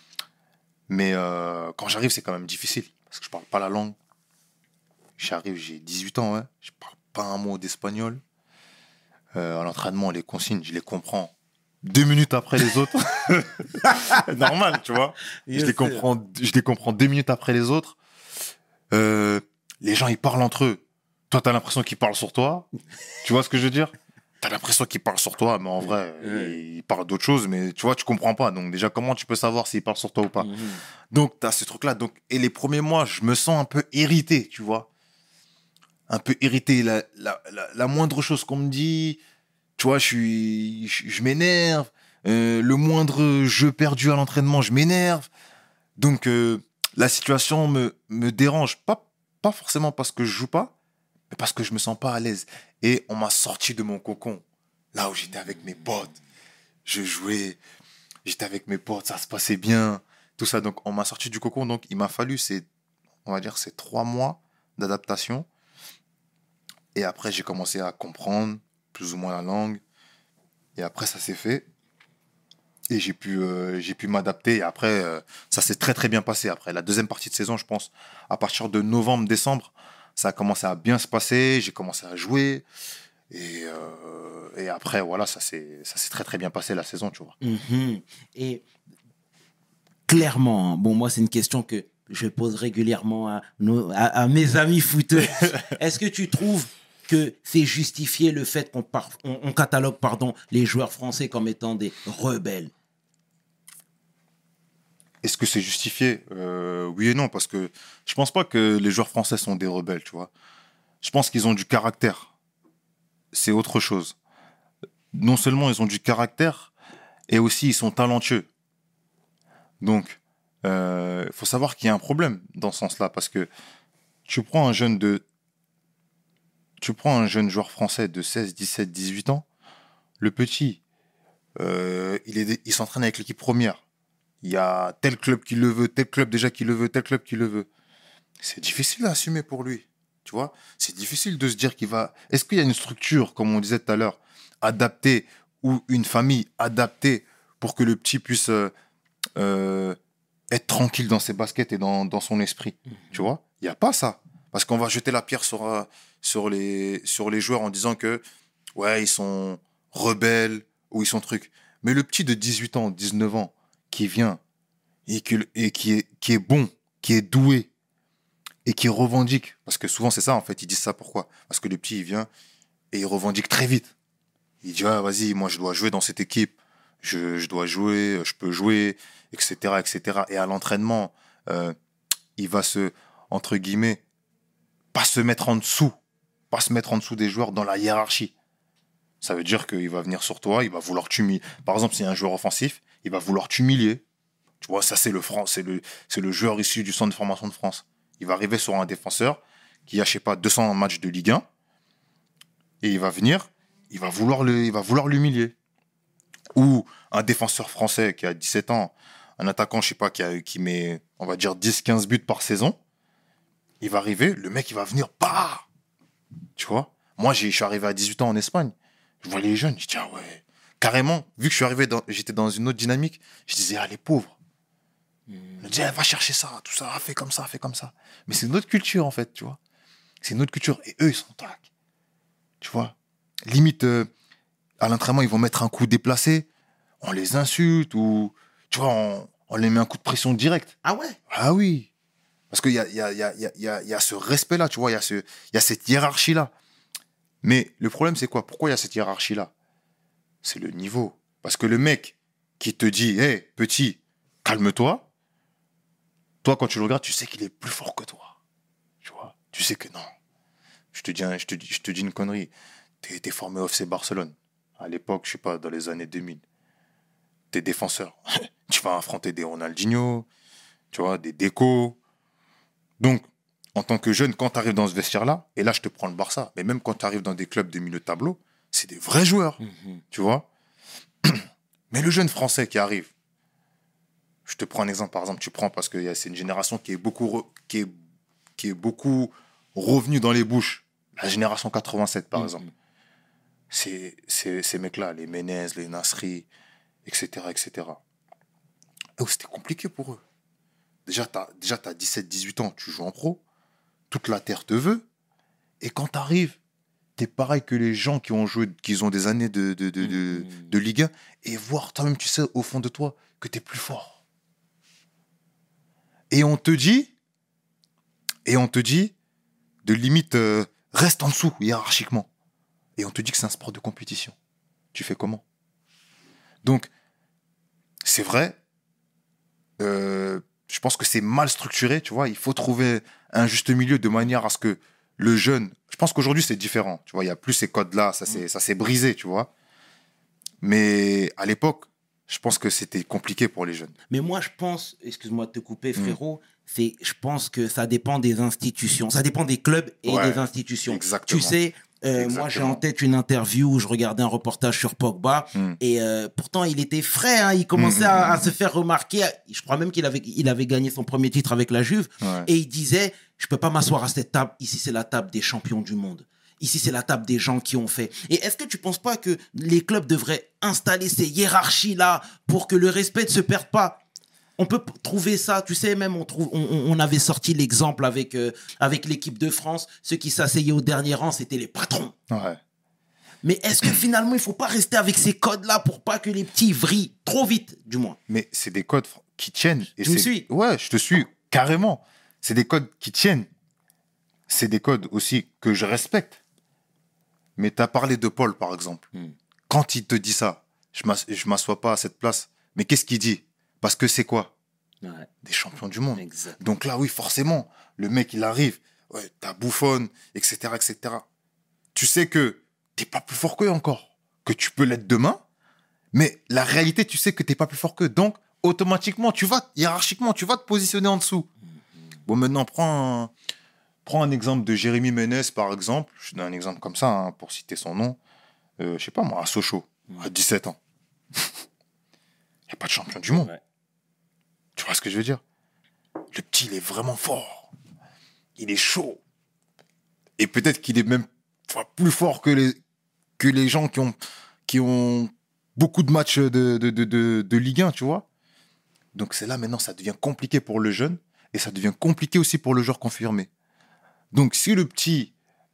Mais euh, quand j'arrive, c'est quand même difficile, parce que je parle pas la langue. J'arrive, j'ai dix-huit ans, ouais. Je parle pas un mot d'espagnol. Euh, à l'entraînement, les consignes, je les comprends deux minutes après les autres. Normal, tu vois. Je les, comprends, je les comprends deux minutes après les autres. Euh, les gens, ils parlent entre eux. Toi, t'as l'impression qu'ils parlent sur toi. Tu vois ce que je veux dire? T'as l'impression qu'ils parlent sur toi, mais en vrai, Ouais. ils parlent d'autre chose. Mais tu vois, tu comprends pas. Donc déjà, comment tu peux savoir s'ils parlent sur toi ou pas? Mhm. Donc, t'as ce truc-là. Donc, et les premiers mois, je me sens un peu irrité, tu vois. Un peu irrité. La, la, la, la moindre chose qu'on me dit, tu vois, je suis, je, je m'énerve. Euh, le moindre jeu perdu à l'entraînement, je m'énerve. Donc, euh, la situation me, me dérange. Pas, pas forcément parce que je joue pas, mais parce que je me sens pas à l'aise. Et on m'a sorti de mon cocon. Là où j'étais avec mes potes. Je jouais. J'étais avec mes potes, ça se passait bien. Tout ça. Donc, on m'a sorti du cocon. Donc, il m'a fallu, ces, on va dire, ces trois mois d'adaptation. Et après, j'ai commencé à comprendre plus ou moins la langue. Et après, ça s'est fait. Et j'ai pu, euh, j'ai pu m'adapter. Et après, euh, ça s'est très, très bien passé. Après, la deuxième partie de saison, je pense, à partir de novembre, décembre, ça a commencé à bien se passer. J'ai commencé à jouer. Et, euh, et après, voilà, ça s'est, ça s'est très, très bien passé la saison, tu vois. Mhm. Et clairement, hein, bon, moi, c'est une question que je pose régulièrement à, nos, à, à mes amis footeux. Est-ce que tu trouves que c'est justifié le fait qu'on par- on, on catalogue pardon, les joueurs français comme étant des rebelles? Est-ce que c'est justifié? Euh, Oui et non, parce que je pense pas que les joueurs français sont des rebelles, tu vois. Je pense qu'ils ont du caractère. C'est autre chose. Non seulement ils ont du caractère, et aussi ils sont talentueux. Donc, il euh, faut savoir qu'il y a un problème dans ce sens-là, parce que tu prends un jeune de. Tu prends un jeune joueur français de seize, dix-sept, dix-huit ans, le petit, euh, il, est, il s'entraîne avec l'équipe première. Il y a tel club qui le veut, tel club déjà qui le veut, tel club qui le veut. C'est difficile à assumer pour lui. Tu vois, c'est difficile de se dire qu'il va. Est-ce qu'il y a une structure, comme on disait tout à l'heure, adaptée ou une famille adaptée pour que le petit puisse euh, euh, être tranquille dans ses baskets et dans, dans son esprit. Mmh. Tu vois, il n'y a pas ça. Parce qu'on va jeter la pierre sur, euh, sur, les, sur les joueurs en disant que, ouais, ils sont rebelles ou ils sont trucs. Mais le petit de dix-huit ans, dix-neuf ans, qui vient et, qui, et qui, est, qui est bon, qui est doué et qui revendique, parce que souvent c'est ça en fait, ils disent ça pourquoi ? Parce que le petit, il vient et il revendique très vite. Il dit, ah, vas-y, moi je dois jouer dans cette équipe, je, je dois jouer, je peux jouer, et cetera, et cetera. Et à l'entraînement, euh, il va se, entre guillemets, pas se mettre en dessous, pas se mettre en dessous des joueurs dans la hiérarchie. Ça veut dire qu'il va venir sur toi, il va vouloir t'humilier. Par exemple, s'il y a un joueur offensif, il va vouloir t'humilier. Tu vois, ça c'est le, Fran- c'est le, c'est le joueur issu du centre de formation de France. Il va arriver sur un défenseur qui a, je sais pas, deux cents matchs de Ligue un, et il va venir, il va vouloir, le, il va vouloir l'humilier. Ou un défenseur français qui a dix-sept ans, un attaquant, je sais pas, qui, a, qui met, on va dire, dix quinze buts par saison, il va arriver, le mec, il va venir, bah tu vois. Moi, j'ai, je suis arrivé à dix-huit ans en Espagne, je vois les jeunes, je dis, ah ouais, carrément, vu que je suis arrivé, dans, j'étais dans une autre dynamique, je disais, ah, les pauvres. Mmh. Je me disais, ah, va chercher ça, tout ça, fais comme ça, fais comme ça. Mais c'est une autre culture, en fait, tu vois. C'est une autre culture, et eux, ils sont tac. Tu vois. Limite, euh, à l'entraînement, ils vont mettre un coup déplacé, on les insulte, ou, tu vois, on, on les met un coup de pression direct. Ah ouais? Ah oui. Parce qu'il y a, il y, a, il y, a, il y, a, il y a ce respect-là, tu vois, il y a, ce, il y a cette hiérarchie-là. Mais le problème, c'est quoi? Pourquoi il y a cette hiérarchie-là? C'est le niveau. Parce que le mec qui te dit, hé, hey, petit, calme-toi, toi, quand tu le regardes, tu sais qu'il est plus fort que toi. Tu vois? Tu sais que non. Je te dis, je te dis, je te dis une connerie. T'es, t'es formé au F C Barcelone. À l'époque, je sais pas, dans les années deux mille. T'es défenseur. Tu vas affronter des Ronaldinho, tu vois, des Deco. Donc, en tant que jeune, quand tu arrives dans ce vestiaire-là, et là, je te prends le Barça, mais même quand tu arrives dans des clubs de milieu de tableau, c'est des vrais joueurs, mmh. tu vois. Mais le jeune Français qui arrive, je te prends un exemple, par exemple, tu prends parce que c'est une génération qui est beaucoup, re, qui est, qui est beaucoup revenue dans les bouches. La génération quatre-vingt-sept, par mmh. exemple. C'est, c'est, ces mecs-là, les Menez, les Nasri, et cetera, et cetera. Oh, c'était compliqué pour eux. Déjà, tu as déjà t'as dix-sept dix-huit ans, tu joues en pro, toute la terre te veut, et quand tu arrives, tu es pareil que les gens qui ont joué, qui ont des années de, de, de, de, de, de Ligue un, et voir toi-même, tu sais, au fond de toi, que tu es plus fort. Et on te dit, et on te dit, de limite, euh, reste en dessous, hiérarchiquement. Et on te dit que c'est un sport de compétition. Tu fais comment? Donc, c'est vrai, euh, je pense que c'est mal structuré, tu vois. Il faut trouver un juste milieu de manière à ce que le jeune... Je pense qu'aujourd'hui, c'est différent, tu vois. Il n'y a plus ces codes-là, ça s'est, ça s'est brisé, tu vois. Mais à l'époque, je pense que c'était compliqué pour les jeunes. Mais moi, je pense, excuse-moi de te couper, frérot, mmh. c'est, je pense que ça dépend des institutions. Ça dépend des clubs et ouais, des institutions. Exactement. Tu sais... Euh, moi, j'ai en tête une interview où je regardais un reportage sur Pogba mm. et euh, pourtant, il était frais. Hein, il commençait mm. à, à se faire remarquer. Je crois même qu'il avait, il avait gagné son premier titre avec la Juve. Ouais. Et il disait, je ne peux pas m'asseoir à cette table. Ici, c'est la table des champions du monde. Ici, c'est la table des gens qui ont fait. Et est-ce que tu ne penses pas que les clubs devraient installer ces hiérarchies-là pour que le respect ne se perde pas? On peut trouver ça, tu sais, même on, trouve, on, on avait sorti l'exemple avec, euh, avec l'équipe de France. Ceux qui s'asseyaient au dernier rang, c'était les patrons. Ouais. Mais est-ce que finalement, il ne faut pas rester avec ces codes-là pour pas que les petits vrillent trop vite, du moins? Mais c'est des codes qui tiennent. Et tu c'est... me suis? Ouais, je te suis, carrément. C'est des codes qui tiennent. C'est des codes aussi que je respecte. Mais tu as parlé de Paul, par exemple. Hmm. Quand il te dit ça, je ne m'assois pas à cette place. Mais qu'est-ce qu'il dit? Parce que c'est quoi? Ouais. Des champions du monde. Exactement. Donc là, oui, forcément, le mec, il arrive, ouais, t'as bouffonne, et cetera, et cetera. Tu sais que t'es pas plus fort qu'eux encore, que tu peux l'être demain, mais la réalité, tu sais que t'es pas plus fort qu'eux. Donc, automatiquement, tu vas, hiérarchiquement, tu vas te positionner en dessous. Mm-hmm. Bon, maintenant, prends un, prends un exemple de Jérémy Ménez, par exemple. Je donne un exemple comme ça, hein, pour citer son nom. Euh, je sais pas moi, à Sochaux, mmh. à dix-sept ans. Il n'y a pas de champion du monde. Ouais. Tu vois ce que je veux dire? Le petit, il est vraiment fort. Il est chaud. Et peut-être qu'il est même plus fort que les, que les gens qui ont, qui ont beaucoup de matchs de, de, de, de, de Ligue un, tu vois. Donc c'est là, maintenant, ça devient compliqué pour le jeune et ça devient compliqué aussi pour le joueur confirmé. Donc si le petit,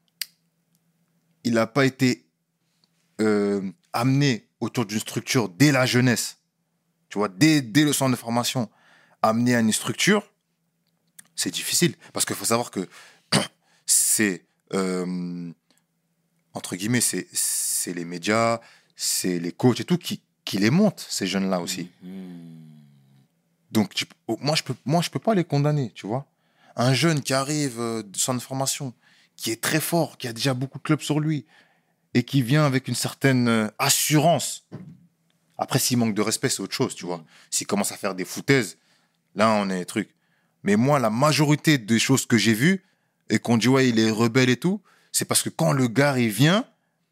il n'a pas été euh, amené autour d'une structure dès la jeunesse, tu vois, dès, dès le centre de formation, amené à une structure, c'est difficile. Parce qu'il faut savoir que c'est, euh, entre guillemets, c'est, c'est les médias, c'est les coachs et tout qui, qui les montent, ces jeunes-là aussi. Mmh. Donc, tu, moi, je peux, moi, je peux pas les condamner, tu vois. Un jeune qui arrive euh, de centre de formation, qui est très fort, qui a déjà beaucoup de clubs sur lui, et qui vient avec une certaine euh, assurance. Après, s'il manque de respect, c'est autre chose, tu vois. S'il commence à faire des foutaises, là, on est truc. Mais moi, la majorité des choses que j'ai vues, et qu'on dit, ouais, il est rebelle et tout, c'est parce que quand le gars, il vient,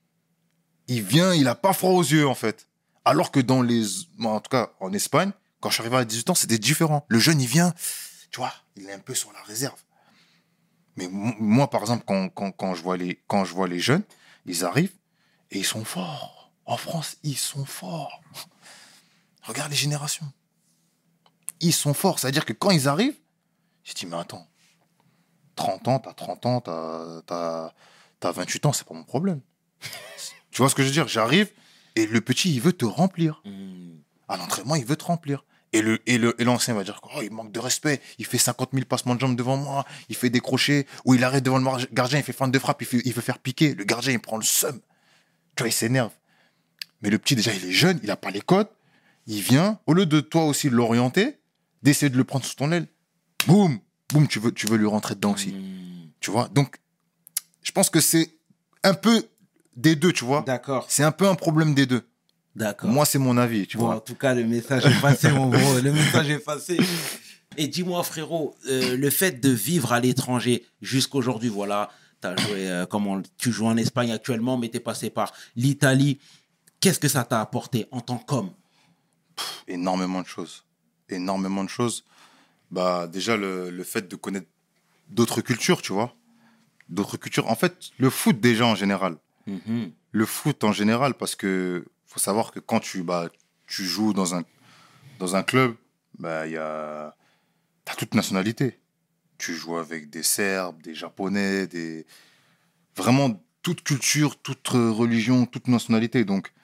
il vient, il a pas froid aux yeux, en fait. Alors que dans les... En tout cas, en Espagne, quand je suis arrivé à dix-huit ans, c'était différent. Le jeune, il vient, tu vois, il est un peu sur la réserve. Mais m- moi, par exemple, quand, quand, quand, je vois les, quand je vois les jeunes, ils arrivent et ils sont forts. En France, ils sont forts. Regarde les générations. Ils sont forts. C'est-à-dire que quand ils arrivent, je dis, mais attends, trente ans, t'as trente ans, t'as, t'as, t'as vingt-huit ans, c'est pas mon problème. Tu vois ce que je veux dire? J'arrive et le petit, il veut te remplir. Mmh. À l'entraînement, il veut te remplir. Et, le, et, le, et l'ancien va dire, oh, il manque de respect, il fait cinquante mille passements de jambes devant moi, il fait des crochets, ou il arrête devant le gardien, il fait feinte de frappe, il, fait, il veut faire piquer. Le gardien, il prend le seum. Tu vois, il s'énerve. Mais le petit, déjà, il est jeune, il n'a pas les codes. Il vient, au lieu de toi aussi l'orienter, d'essayer de le prendre sous ton aile, boum, boum, tu veux, tu veux lui rentrer dedans aussi. Mmh. Tu vois? Donc, je pense que c'est un peu des deux, tu vois? D'accord. C'est un peu un problème des deux. D'accord. Moi, c'est mon avis, tu bon, vois. En tout cas, le message est passé, mon gros. Le message est passé. Et dis-moi, frérot, euh, le fait de vivre à l'étranger jusqu'aujourd'hui, voilà, t'as joué, euh, comment, tu joues en Espagne actuellement, mais t'es passé par l'Italie. Qu'est-ce que ça t'a apporté en tant qu'homme? Pff, énormément de choses. Énormément de choses. Bah, déjà, le, le fait de connaître d'autres cultures, tu vois. D'autres cultures. En fait, le foot, déjà, en général. Mm-hmm. Le foot, en général, parce que faut savoir que quand tu, bah, tu joues dans un, dans un club, bah, y a, t'as toute nationalité. Tu joues avec des Serbes, des Japonais, des... vraiment toute culture, toute religion, toute nationalité. Donc,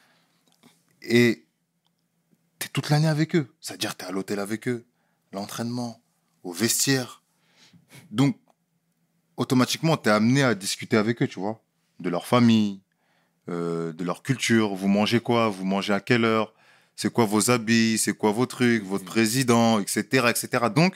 et t'es toute l'année avec eux. C'est-à-dire que t'es à l'hôtel avec eux, l'entraînement, au vestiaire. Donc, automatiquement, t'es amené à discuter avec eux, tu vois, de leur famille, Euh, de leur culture, vous mangez quoi, vous mangez à quelle heure, c'est quoi vos habits, c'est quoi vos trucs, votre président, et cetera, et cetera. Donc,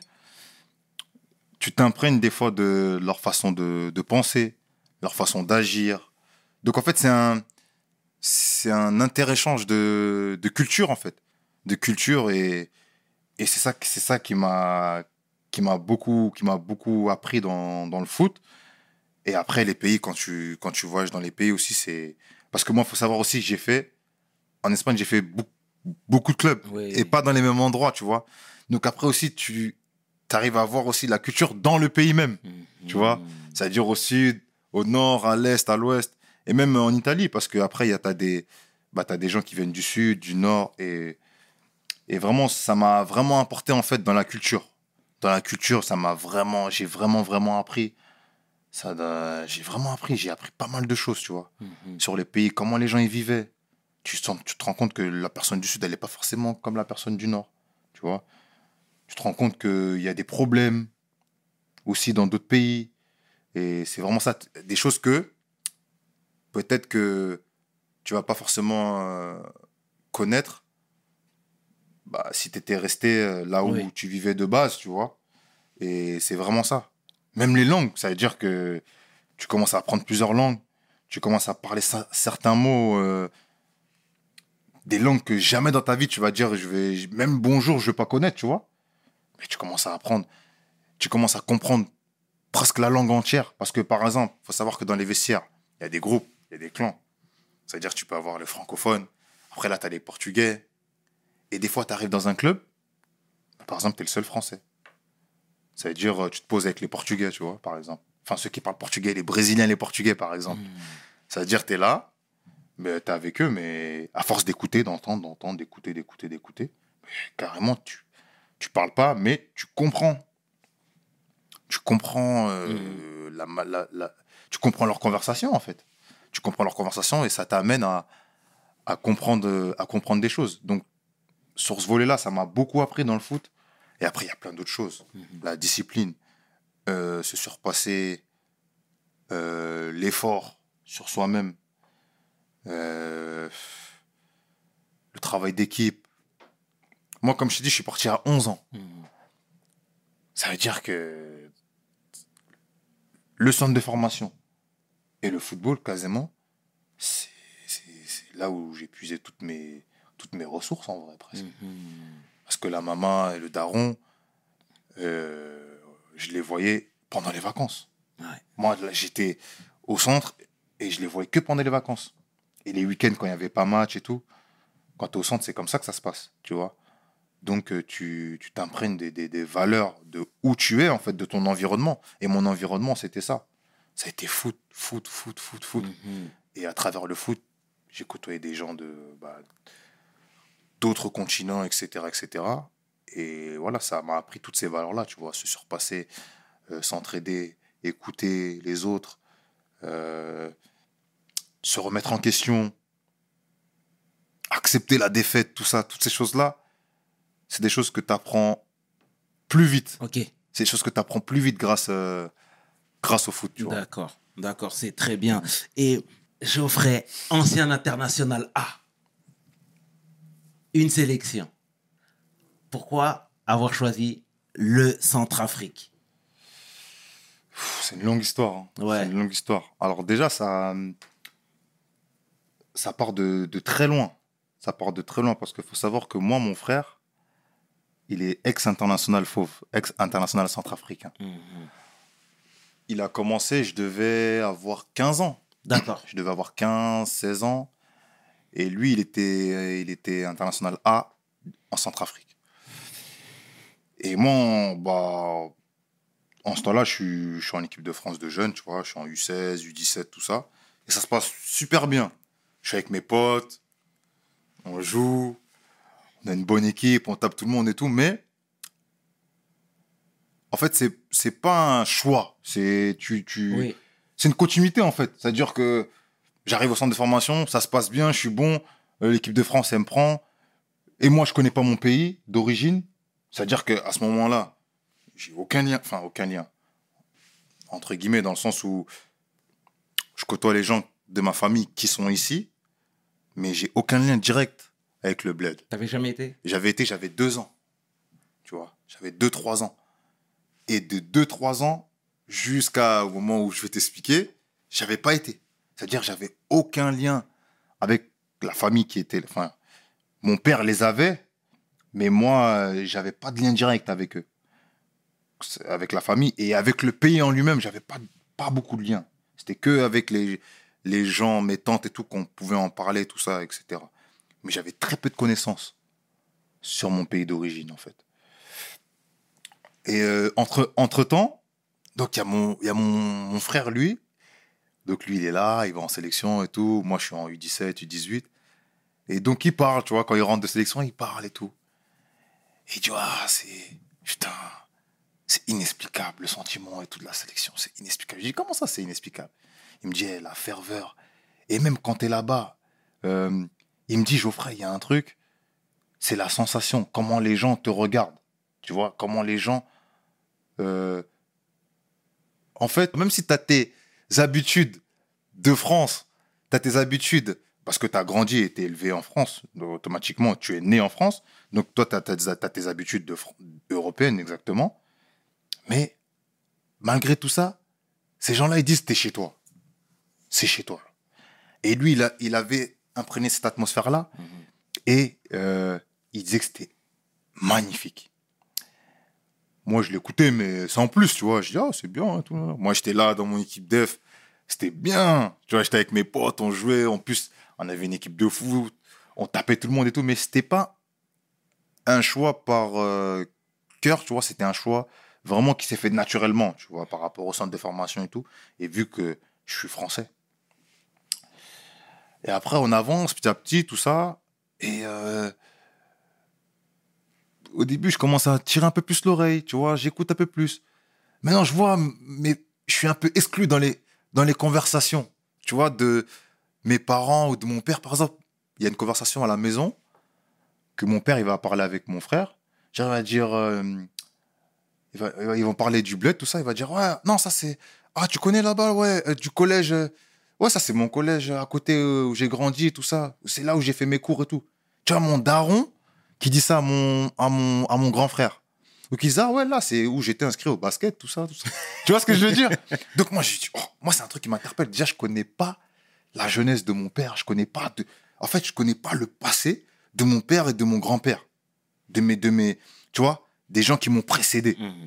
tu t'imprègnes des fois de leur façon de, de penser, leur façon d'agir. Donc, en fait, c'est un, c'est un inter-échange de, de culture, en fait. De culture, et, et c'est ça, c'est ça qui m'a, qui m'a beaucoup, qui m'a beaucoup appris dans, dans le foot. Et après, les pays, quand tu, quand tu voyages dans les pays aussi, c'est... Parce que moi, il faut savoir aussi que j'ai fait... En Espagne, j'ai fait beaucoup, beaucoup de clubs. Oui. Et pas dans les mêmes endroits, tu vois. Donc après aussi, tu arrives à voir aussi la culture dans le pays même. Mmh. Tu vois. C'est-à-dire au sud, au nord, à l'est, à l'ouest. Et même en Italie, parce qu'après, tu as des, bah, t'as des gens qui viennent du sud, du nord. Et, et vraiment, ça m'a vraiment apporté, en fait, dans la culture. Dans la culture, ça m'a vraiment... J'ai vraiment, vraiment appris... Ça, euh, j'ai vraiment appris, j'ai appris pas mal de choses, tu vois, mmh. sur les pays, comment les gens y vivaient. Tu, sens, tu te rends compte que la personne du Sud, elle n'est pas forcément comme la personne du Nord, tu vois. Tu te rends compte qu'il y a des problèmes aussi dans d'autres pays. Et c'est vraiment ça, des choses que peut-être que tu vas pas forcément euh, connaître bah, si tu étais resté là où oui. tu vivais de base, tu vois. Et c'est vraiment ça. Même les langues, ça veut dire que tu commences à apprendre plusieurs langues, tu commences à parler sa- certains mots, euh, des langues que jamais dans ta vie tu vas dire, je vais, même bonjour, je ne vais pas connaître, tu vois. Mais tu commences à apprendre, tu commences à comprendre presque la langue entière. Parce que, par exemple, il faut savoir que dans les vestiaires, il y a des groupes, il y a des clans. C'est-à-dire que tu peux avoir les francophones. Après, là, tu as les portugais. Et des fois, tu arrives dans un club. Par exemple, tu es le seul français. Ça veut dire, tu te poses avec les portugais, tu vois, par exemple. Enfin, ceux qui parlent portugais, les brésiliens, les portugais, par exemple. Mmh. Ça veut dire, tu es là, mais tu es avec eux, mais à force d'écouter, d'entendre, d'entendre, d'écouter, d'écouter, d'écouter, carrément, tu tu parles pas, mais tu comprends. Tu comprends, euh, mmh. la, la, la, tu comprends leur conversation, en fait. Tu comprends leur conversation et ça t'amène à, à, comprendre, à comprendre des choses. Donc, sur ce volet-là, ça m'a beaucoup appris dans le foot. Et après, il y a plein d'autres choses. Mmh. La discipline, euh, se surpasser, euh, l'effort sur soi-même, euh, le travail d'équipe. Moi, comme je t'ai dit, je suis parti à onze ans. Mmh. Ça veut dire que le centre de formation et le football, quasiment, c'est, c'est, c'est là où j'ai puisé toutes mes, toutes mes ressources, en vrai, presque. Mmh. Parce que la maman et le daron, euh, je les voyais pendant les vacances. Ouais. Moi, là, j'étais au centre et je les voyais que pendant les vacances. Et les week-ends, quand il n'y avait pas match et tout, quand tu es au centre, c'est comme ça que ça se passe, tu vois. Donc, euh, tu, tu t'imprègnes des, des, des valeurs de où tu es, en fait, de ton environnement. Et mon environnement, c'était ça. Ça a été foot, foot, foot, foot, foot. Mm-hmm. Et à travers le foot, j'ai côtoyé des gens de, bah, d'autres continents, et cetera, et cetera. Et voilà, ça m'a appris toutes ces valeurs-là, tu vois. Se surpasser, euh, s'entraider, écouter les autres, euh, se remettre en question, accepter la défaite, tout ça, toutes ces choses-là. C'est des choses que tu apprends plus vite. Ok. C'est des choses que tu apprends plus vite grâce, euh, grâce au foot. Tu vois. D'accord, d'accord, c'est très bien. Et Geoffrey, ancien international A, une sélection. Pourquoi avoir choisi le Centrafrique ? C'est une longue histoire. Hein. Ouais. C'est une longue histoire. Alors déjà, ça, ça part de, de très loin. Ça part de très loin parce qu'il faut savoir que moi, mon frère, il est ex-international fauve, ex-international centrafricain. Mmh. Il a commencé, je devais avoir quinze ans. D'accord. Je devais avoir quinze, seize ans. Et lui, il était, il était international A en Centrafrique. Et moi, bah, en ce temps-là, je suis, je suis en équipe de France de jeunes, tu vois. Je suis en U seize, U dix-sept, tout ça. Et ça se passe super bien. Je suis avec mes potes, on joue. On a une bonne équipe, on tape tout le monde et tout, mais en fait, c'est, c'est pas un choix. C'est, tu, tu... Oui. C'est une continuité, en fait. C'est-à-dire que j'arrive au centre de formation, ça se passe bien, je suis bon, euh, l'équipe de France, elle me prend. Et moi, je connais pas mon pays d'origine. C'est-à-dire qu'à ce moment-là, j'ai aucun lien, enfin, aucun lien. Entre guillemets, dans le sens où je côtoie les gens de ma famille qui sont ici, mais j'ai aucun lien direct avec le bled. T'avais jamais été ? J'avais été, j'avais deux ans. Tu vois, j'avais deux, trois ans. Et de deux, trois ans jusqu'au moment où je vais t'expliquer, j'avais pas été. C'est-à-dire, j'avais aucun lien avec la famille qui était. Enfin, mon père les avait, mais moi, j'avais pas de lien direct avec eux. Avec la famille et avec le pays en lui-même, j'avais pas, pas beaucoup de liens. C'était que avec les, les gens, mes tantes et tout, qu'on pouvait en parler, tout ça, et cetera. Mais j'avais très peu de connaissances sur mon pays d'origine, en fait. Et euh, entre, entre-temps, donc il y a, mon, y a mon, mon frère, lui. Donc lui, il est là, il va en sélection et tout. Moi, je suis en U dix-sept, U dix-huit. Et donc, il parle, tu vois, quand il rentre de sélection, il parle et tout. Et tu vois, c'est... Putain, c'est inexplicable, le sentiment et tout de la sélection. C'est inexplicable. Je dis, comment ça, c'est inexplicable ? Il me dit, hey, la ferveur. Et même quand t'es là-bas... Euh, il me dit, Geoffrey, il y a un truc, c'est la sensation, comment les gens te regardent. Tu vois, comment les gens... Euh... En fait, même si tu as tes habitudes de France, tu as tes habitudes, parce que tu as grandi et tu es élevé en France, donc automatiquement, tu es né en France, donc toi, tu as tes habitudes de Fr- européennes, exactement. Mais malgré tout ça, ces gens-là, ils disent, t'es chez toi. C'est chez toi. Et lui, il, a, il avait... imprégné cette atmosphère-là, mmh. et euh, il disait que c'était magnifique. Moi, je l'écoutais, mais sans plus, tu vois. Je dis, ah, c'est bien. Hein, tout. Moi, j'étais là dans mon équipe def. C'était bien. Tu vois, j'étais avec mes potes, on jouait. En plus, on avait une équipe de foot. On tapait tout le monde et tout. Mais c'était pas un choix par euh, cœur, tu vois. C'était un choix vraiment qui s'est fait naturellement, tu vois, par rapport au centre de formation et tout. Et vu que je suis français. Et après, on avance petit à petit, tout ça. Et euh, au début, je commence à tirer un peu plus l'oreille, tu vois. J'écoute un peu plus. Maintenant, je vois, mais je suis un peu exclu dans les, dans les conversations, tu vois, de mes parents ou de mon père. Par exemple, il y a une conversation à la maison que mon père, il va parler avec mon frère. J'arrive à dire, euh, il va- il va- ils vont parler du bled, tout ça. Il va dire, ouais, non, ça c'est, ah, tu connais là-bas, ouais, euh, du collège. euh, Ouais, ça c'est mon collège à côté euh, où j'ai grandi et tout ça. C'est là où j'ai fait mes cours et tout. Tu vois, mon daron qui dit ça à mon, à mon, à mon grand frère. Donc il dit, ah ouais, là, c'est où j'étais inscrit au basket, tout ça, tout ça. Tu vois ce que je veux dire? Donc moi, je dis, oh, moi, c'est un truc qui m'interpelle. Déjà, je connais pas la jeunesse de mon père. Je connais pas de... En fait, je connais pas le passé de mon père et de mon grand-père. De mes, de mes, tu vois, des gens qui m'ont précédé. Mhm.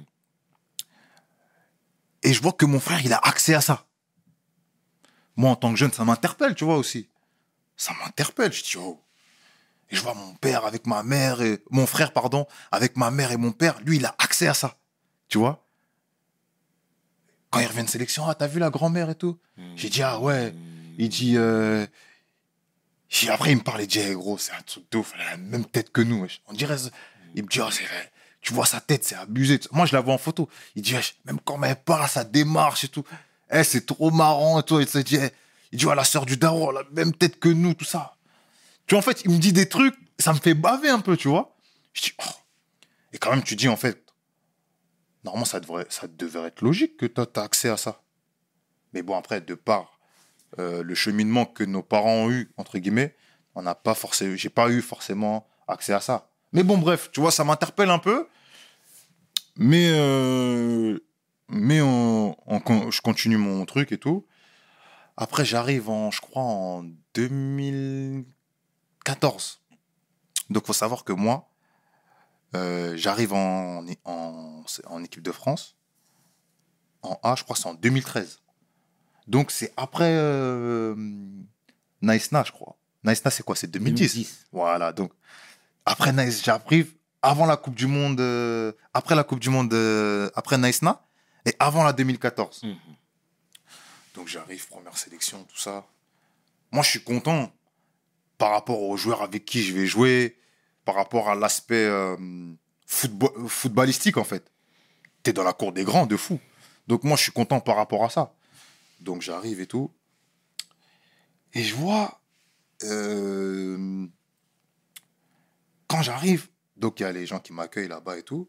Et je vois que mon frère, il a accès à ça. Moi, en tant que jeune, ça m'interpelle, tu vois, aussi. Ça m'interpelle. Je dis, oh. Et je vois mon père avec ma mère, et mon frère, pardon, avec ma mère et mon père. Lui, il a accès à ça. Tu vois? Quand il revient de sélection, ah, t'as vu la grand-mère et tout? J'ai dit, ah ouais. Il dit, euh... j'ai- après, il me parle, il dit, eh, gros, c'est un truc de ouf, elle a la même tête que nous, wesh. On dirait, il me dit, oh, c'est vrai. Tu vois sa tête, c'est abusé. Moi, je la vois en photo. Il dit, wesh, même quand elle parle, sa démarche et tout, eh, c'est trop marrant et tout. Il se dit, eh, il dit, oh, la sœur du daron, elle a la même tête que nous, tout ça. Tu vois, en fait, il me dit des trucs, ça me fait baver un peu, tu vois. Je dis, oh. Et quand même, tu dis, en fait, normalement, ça devrait, ça devrait être logique que toi, tu as accès à ça. Mais bon, après, de par euh, le cheminement que nos parents ont eu, entre guillemets, on n'a pas forcément, j'ai pas eu forcément accès à ça. Mais bon, bref, tu vois, ça m'interpelle un peu. Mais, euh, mais on, on con- je continue mon truc et tout. Après, j'arrive en, je crois, en deux mille quatorze. Donc, faut savoir que moi, euh, j'arrive en, en, en équipe de France. En A, je crois, c'est en deux mille treize. Donc, c'est après euh, Naïsna, je crois. Naïsna, c'est quoi? C'est deux mille dix. deux mille dix. Voilà. Donc, après Naïs, j'arrive avant la Coupe du Monde, euh, après la Coupe du Monde, euh, après Naïsna, et avant la deux mille quatorze. Mhm. Donc, j'arrive, première sélection, tout ça. Moi, je suis content par rapport aux joueurs avec qui je vais jouer, par rapport à l'aspect euh, football, footballistique, en fait. T'es dans la cour des grands, de fou. Donc, moi, je suis content par rapport à ça. Donc, j'arrive et tout. Et je vois, euh, quand j'arrive, donc il y a les gens qui m'accueillent là-bas et tout.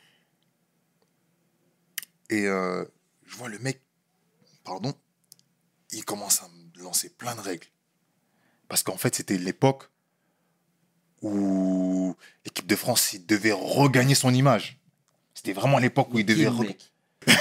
Et euh, je vois le mec, pardon, il commence à me lancer plein de règles. Parce qu'en fait, c'était l'époque où l'équipe de France il devait regagner son image. C'était vraiment l'époque où il devait... Quel re- mec.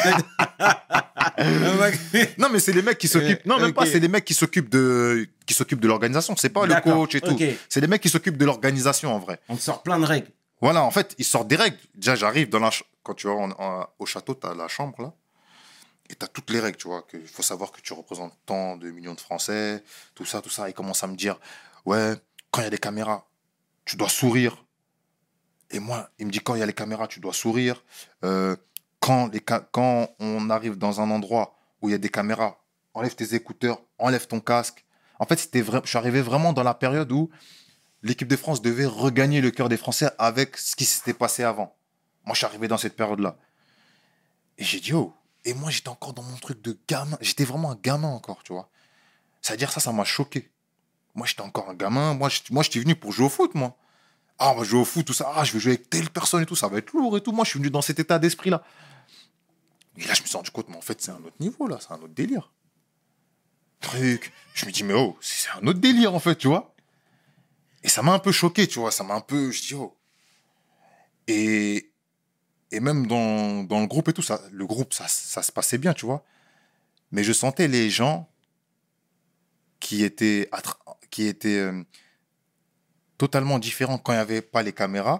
Non, mais c'est les mecs qui s'occupent... Non, même Ok. pas, c'est les mecs qui s'occupent de, qui s'occupent de l'organisation. C'est pas le D'accord, coach et tout. ok. C'est les mecs qui s'occupent de l'organisation, en vrai. On te sort plein de règles. Voilà, en fait, ils sortent des règles. Déjà, j'arrive dans la ch- quand tu vas en- en- au château, tu as la chambre là, et tu as toutes les règles, tu vois. Il faut savoir que tu représentes tant de millions de Français, tout ça, tout ça. Ils commencent à me dire, ouais, quand il y a des caméras, tu dois sourire. Et moi, il me dit, quand il y a les caméras, tu dois sourire. Euh, quand, les ca- quand on arrive dans un endroit où il y a des caméras, enlève tes écouteurs, enlève ton casque. En fait, c'était vrai, je suis arrivé vraiment dans la période où l'équipe de France devait regagner le cœur des Français avec ce qui s'était passé avant. Moi, je suis arrivé dans cette période-là. Et j'ai dit, oh. Et moi, j'étais encore dans mon truc de gamin. J'étais vraiment un gamin encore, tu vois. C'est-à-dire, ça, ça m'a choqué. Moi, j'étais encore un gamin. Moi, je, moi, j'étais venu pour jouer au foot, moi. Ah, on va jouer au foot, tout ça. Ah, je vais jouer avec telle personne et tout. Ça va être lourd et tout. Moi, je suis venu dans cet état d'esprit-là. Et là, je me suis rendu compte, mais en fait, c'est un autre niveau, là. C'est un autre délire. Truc. Je me dis, mais oh, c'est un autre délire, en fait, tu vois. Et ça m'a un peu choqué, tu vois. Ça m'a un peu... Je dis, oh. Et, et même dans, dans le groupe et tout, ça, le groupe, ça, ça se passait bien, tu vois. Mais je sentais les gens qui étaient, attra- qui étaient euh, totalement différents quand il n'y avait pas les caméras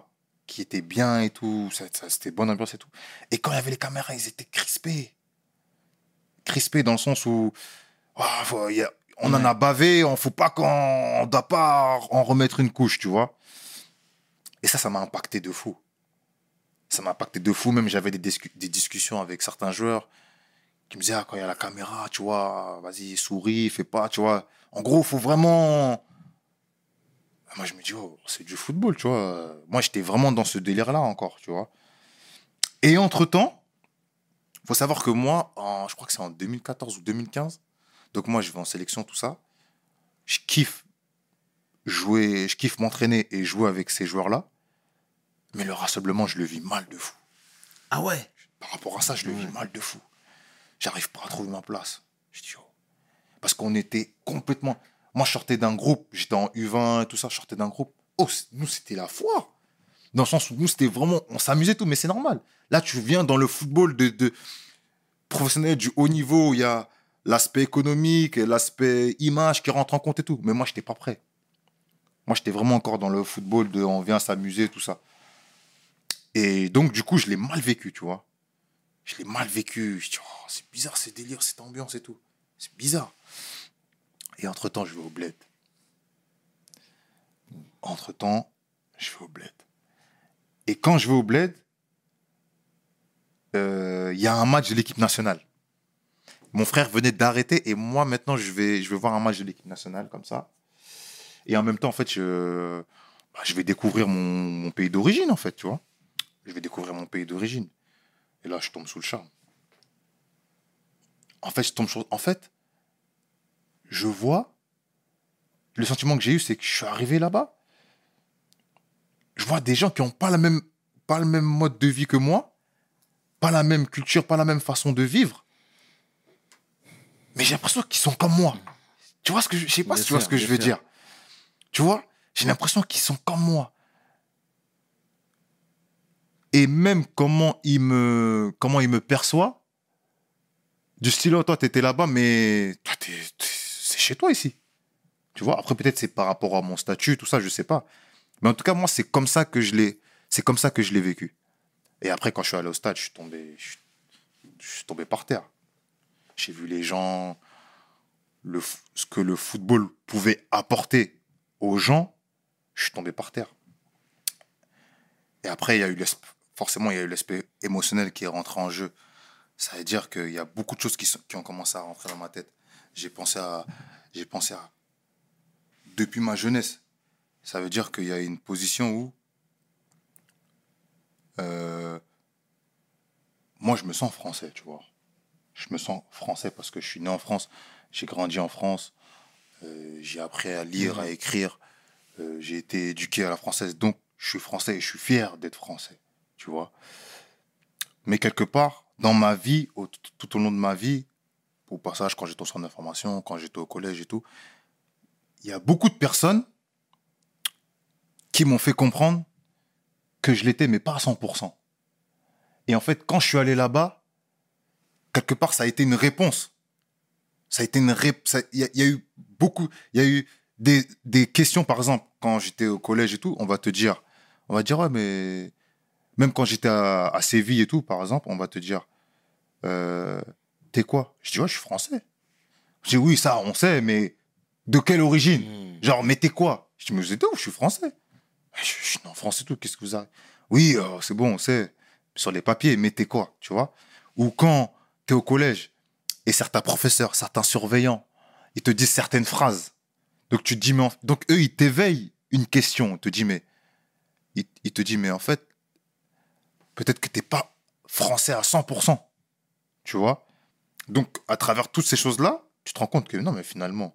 qui était bien et tout. Ça, ça, c'était bonne ambiance et tout. Et quand il y avait les caméras, ils étaient crispés. Crispés dans le sens où oh, faut, y a, on ouais. en a bavé, on faut pas qu'on, on doit pas en remettre une couche, tu vois. Et ça, ça m'a impacté de fou. Ça m'a impacté de fou. Même j'avais des, discu- des discussions avec certains joueurs qui me disaient, ah, quand il y a la caméra, tu vois, vas-y, souris, fais pas, tu vois. En gros, il faut vraiment... Moi, je me dis, oh, c'est du football, tu vois. Moi, j'étais vraiment dans ce délire-là encore, tu vois. Et entre-temps, il faut savoir que moi, en, je crois que c'est en deux mille quatorze ou deux mille quinze, donc moi, je vais en sélection, tout ça. Je kiffe jouer, je kiffe m'entraîner et jouer avec ces joueurs-là. Mais le rassemblement, je le vis mal de fou. Ah ouais? Par rapport à ça, je le ouais. vis mal de fou. J'arrive pas à trouver ma place. Je dis, oh. Parce qu'on était complètement... Moi, je sortais d'un groupe, j'étais en U vingt et tout ça, je sortais d'un groupe. Oh, nous, c'était la foire. Dans le sens où nous, c'était vraiment... On s'amusait tout, mais c'est normal. Là, tu viens dans le football de, de professionnel du haut niveau, il y a l'aspect économique, l'aspect image qui rentre en compte et tout. Mais moi, je n'étais pas prêt. Moi, j'étais vraiment encore dans le football de on vient s'amuser, tout ça. Et donc, du coup, je l'ai mal vécu, tu vois. Je l'ai mal vécu. Je dis, oh, c'est bizarre, ce délire, cette ambiance et tout. C'est bizarre. Et entre-temps, je vais au bled. Entre-temps, je vais au bled. Et quand je vais au bled, il euh, y a un match de l'équipe nationale. Mon frère venait d'arrêter et moi, maintenant, je vais, je vais voir un match de l'équipe nationale comme ça. Et en même temps, en fait, je, bah, je vais découvrir mon, mon pays d'origine, en fait, tu vois. Je vais découvrir mon pays d'origine. Et là, je tombe sous le charme. En fait, je tombe sur... En fait, je vois... Le sentiment que j'ai eu, c'est que je suis arrivé là-bas. Je vois des gens qui n'ont pas, la même... pas le même mode de vie que moi, pas la même culture, pas la même façon de vivre. Mais j'ai l'impression qu'ils sont comme moi. Tu vois ce que je... Je sais pas bien si tu vois ce que je veux sûr. dire. Tu vois, j'ai l'impression qu'ils sont comme moi. Et même comment ils me, comment ils me perçoivent, du style, oh, toi, t'étais là-bas, mais toi, t'es, t'es... c'est chez toi ici. Tu vois, après, peut-être c'est par rapport à mon statut, tout ça, je sais pas. Mais en tout cas, moi, c'est comme ça que je l'ai, c'est comme ça que je l'ai vécu. Et après, quand je suis allé au stade, je suis tombé, je suis, je suis tombé par terre. J'ai vu les gens, le, ce que le football pouvait apporter aux gens, je suis tombé par terre. Et après, il y a eu forcément, il y a eu l'aspect émotionnel qui est rentré en jeu. Ça veut dire qu'il y a beaucoup de choses qui, sont, qui ont commencé à rentrer dans ma tête. J'ai pensé à, j'ai pensé à, depuis ma jeunesse. Ça veut dire qu'il y a une position où, euh, moi, je me sens français, tu vois. Je me sens français parce que je suis né en France, j'ai grandi en France, euh, j'ai appris à lire, à écrire, euh, j'ai été éduqué à la française, donc je suis français et je suis fier d'être français, tu vois. Mais quelque part, dans ma vie, au, tout au long de ma vie, au passage, quand j'étais au centre d'information, quand j'étais au collège et tout, il y a beaucoup de personnes qui m'ont fait comprendre que je l'étais, mais pas à cent pour cent. Et en fait, quand je suis allé là-bas, quelque part, ça a été une réponse. Ça a été une réponse. Il y, y a eu beaucoup, il y a eu des, des questions, par exemple, quand j'étais au collège et tout, on va te dire, on va dire, ouais, mais même quand j'étais à, à Séville et tout, par exemple, on va te dire, euh, t'es quoi? Je dis, ouais, je suis français. Je dis, oui, ça, on sait, mais de quelle origine? Mmh. Genre, mais t'es quoi? Je dis, mais vous êtes où? Je suis français. Je, je suis en France et tout, qu'est-ce que vous avez? Oui, euh, c'est bon, on sait, sur les papiers, mais t'es quoi? Tu vois? Ou quand t'es au collège et certains professeurs, certains surveillants, ils te disent certaines phrases. Donc, tu te dis, mais en... donc eux, ils t'éveillent une question. On te dit, mais, ils, ils te disent, mais en fait, peut-être que t'es pas français à cent pour cent. Tu vois? Donc, à travers toutes ces choses-là, tu te rends compte que non, mais finalement,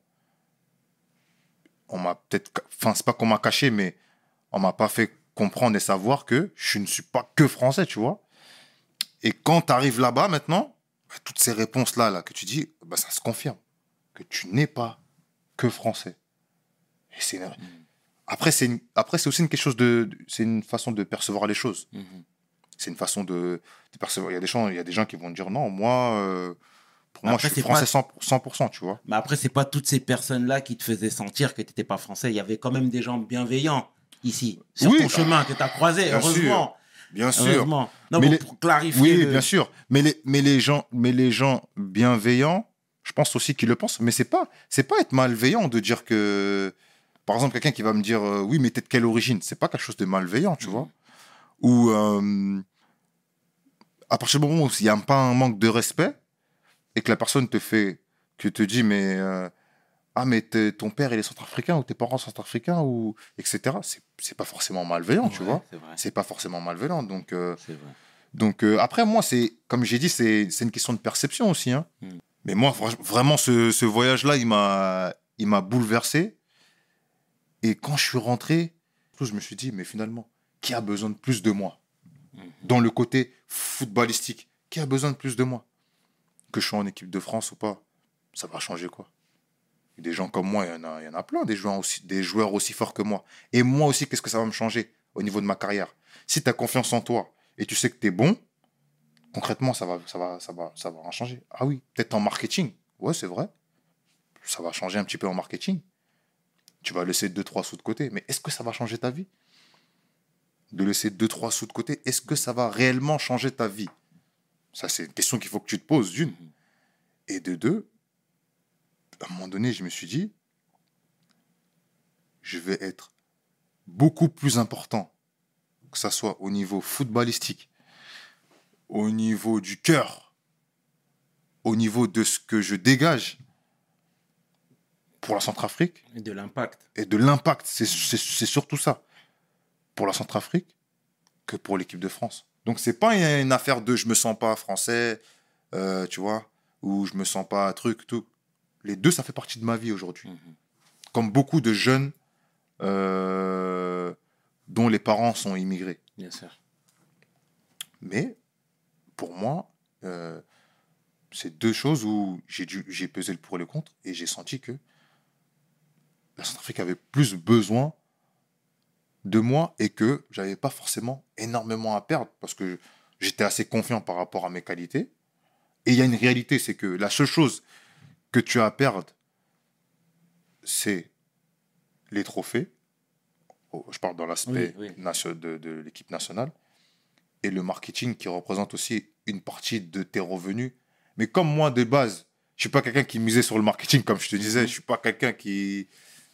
on m'a peut-être, enfin, c'est pas qu'on m'a caché, mais on m'a pas fait comprendre et savoir que je ne suis pas que français, tu vois. Et quand tu arrives là-bas maintenant, toutes ces réponses-là là, que tu dis, bah, ça se confirme que tu n'es pas que français. Et c'est une... mmh. Après, c'est une... Après, c'est aussi une, quelque chose de... c'est une façon de percevoir les choses. Mmh. C'est une façon de, de percevoir. Il y a des gens, il y a des gens qui vont dire non, moi, euh... pour moi, après, je suis français pas... cent pour cent, tu vois. Mais après, c'est pas toutes ces personnes-là qui te faisaient sentir que tu n'étais pas français. Il y avait quand même des gens bienveillants. ici, sur Oui, ton chemin que tu as croisé, bien heureusement. Bien sûr. Heureusement. Non, Mais pour, les- pour clarifier. Oui, le- bien sûr. Mais les, mais les gens, mais les gens bienveillants, je pense aussi qu'ils le pensent. Mais c'est pas, c'est pas être malveillant de dire que, par exemple, quelqu'un qui va me dire, euh, oui, mais t'es de quelle origine? C'est pas quelque chose de malveillant, tu Mhm. vois. Ou euh, à partir du moment où il y a pas un manque de respect et que la personne te fait, que te dit, mais euh, ah, mais t'es- ton père il est centrafricain ou tes parents sont centrafricains ou et cetera. C'est, c'est pas forcément malveillant, tu Ouais, vois. c'est vrai. C'est pas forcément malveillant, donc. euh, C'est vrai. Donc euh, après, moi, c'est comme j'ai dit, c'est c'est une question de perception aussi. Hein. Mm. Mais moi, vra- vraiment, ce, ce voyage-là, il m'a il m'a bouleversé. Et quand je suis rentré, je me suis dit, mais finalement, qui a besoin de plus de moi dans le côté footballistique? Qui a besoin de plus de moi? Que je sois en équipe de France ou pas, ça va changer quoi? Des gens comme moi, il y en a, il y en a plein, des joueurs, aussi, des joueurs aussi forts que moi. Et moi aussi, qu'est-ce que ça va me changer au niveau de ma carrière? Si tu as confiance en toi et tu sais que tu es bon, concrètement, ça va, ça va, ça va, ça va rien changer. Ah oui, peut-être en marketing. Ouais, c'est vrai. Ça va changer un petit peu en marketing. Tu vas laisser deux trois sous de côté. Mais est-ce que ça va changer ta vie? De laisser deux trois sous de côté, est-ce que ça va réellement changer ta vie? Ça, c'est une question qu'il faut que tu te poses, d'une. Et de deux, à un moment donné, je me suis dit, je vais être beaucoup plus important, que ça soit au niveau footballistique, au niveau du cœur, au niveau de ce que je dégage pour la Centrafrique Et de l'impact. et de l'impact. C'est, c'est, c'est surtout ça. Pour la Centrafrique que pour l'équipe de France. Donc, c'est pas une, une affaire de je me sens pas français, euh, tu vois, ou je me sens pas truc, tout. Les deux, ça fait partie de ma vie aujourd'hui. Mhm. Comme beaucoup de jeunes euh, dont les parents sont immigrés. Bien sûr. Mais pour moi, euh, c'est deux choses où j'ai, dû, j'ai pesé le pour et le contre et j'ai senti que la Centrafrique avait plus besoin de moi et que j'avais pas forcément énormément à perdre parce que j'étais assez confiant par rapport à mes qualités. Et il y a une réalité, c'est que la seule chose que tu as à perdre, c'est les trophées. Oh, je parle dans l'aspect Oui, oui. nation- de, de l'équipe nationale. Et le marketing qui représente aussi une partie de tes revenus. Mais comme moi, de base, je suis pas quelqu'un qui misait sur le marketing, comme je te disais. Mhm. Je suis pas quelqu'un qui...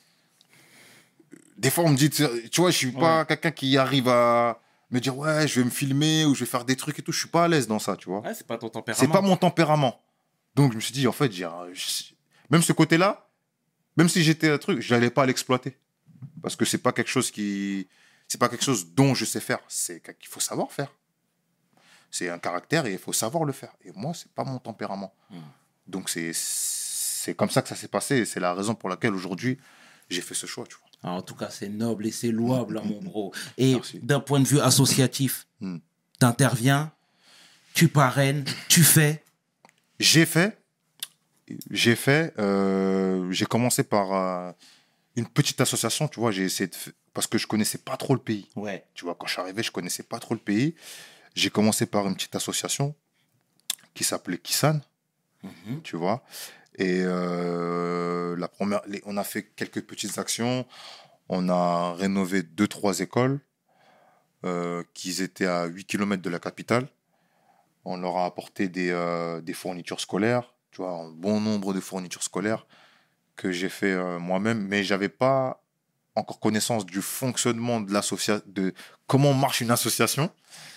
Des fois, on me dit, tu vois, je suis pas Ouais. quelqu'un qui arrive à me dire, ouais, je vais me filmer ou je vais faire des trucs et tout. Je suis pas à l'aise dans ça, tu vois. Ouais, c'est pas ton tempérament. C'est pas mon tempérament. Donc, je me suis dit, en fait, j'ai un- je- même ce côté-là, même si j'étais un truc, je n'allais pas l'exploiter. Parce que c'est pas quelque chose qui... C'est pas quelque chose dont je sais faire. C'est qu'il faut savoir faire. C'est un caractère et il faut savoir le faire. Et moi, c'est pas mon tempérament. Mm. Donc, c'est c'est comme ça que ça s'est passé. Et c'est la raison pour laquelle, aujourd'hui, j'ai fait ce choix, tu vois. Alors, en tout cas, c'est noble et c'est louable, hein, mon bro. Et Merci. d'un point de vue associatif, Mm. t'interviens, tu parraines, tu fais. J'ai fait, j'ai fait, euh, j'ai commencé par euh, une petite association, tu vois, j'ai essayé de f- parce que je connaissais pas trop le pays. Ouais. Tu vois, quand je suis arrivé, je connaissais pas trop le pays. J'ai commencé par une petite association qui s'appelait Kissan, Mhm. tu vois. Et euh, la première, les- on a fait quelques petites actions. On a rénové deux, trois écoles euh, qui étaient à huit kilomètres de la capitale. On leur a apporté des, euh, des fournitures scolaires, tu vois, un bon nombre de fournitures scolaires que j'ai fait euh, moi-même, mais j'avais pas encore connaissance du fonctionnement de l'association, de comment marche une association.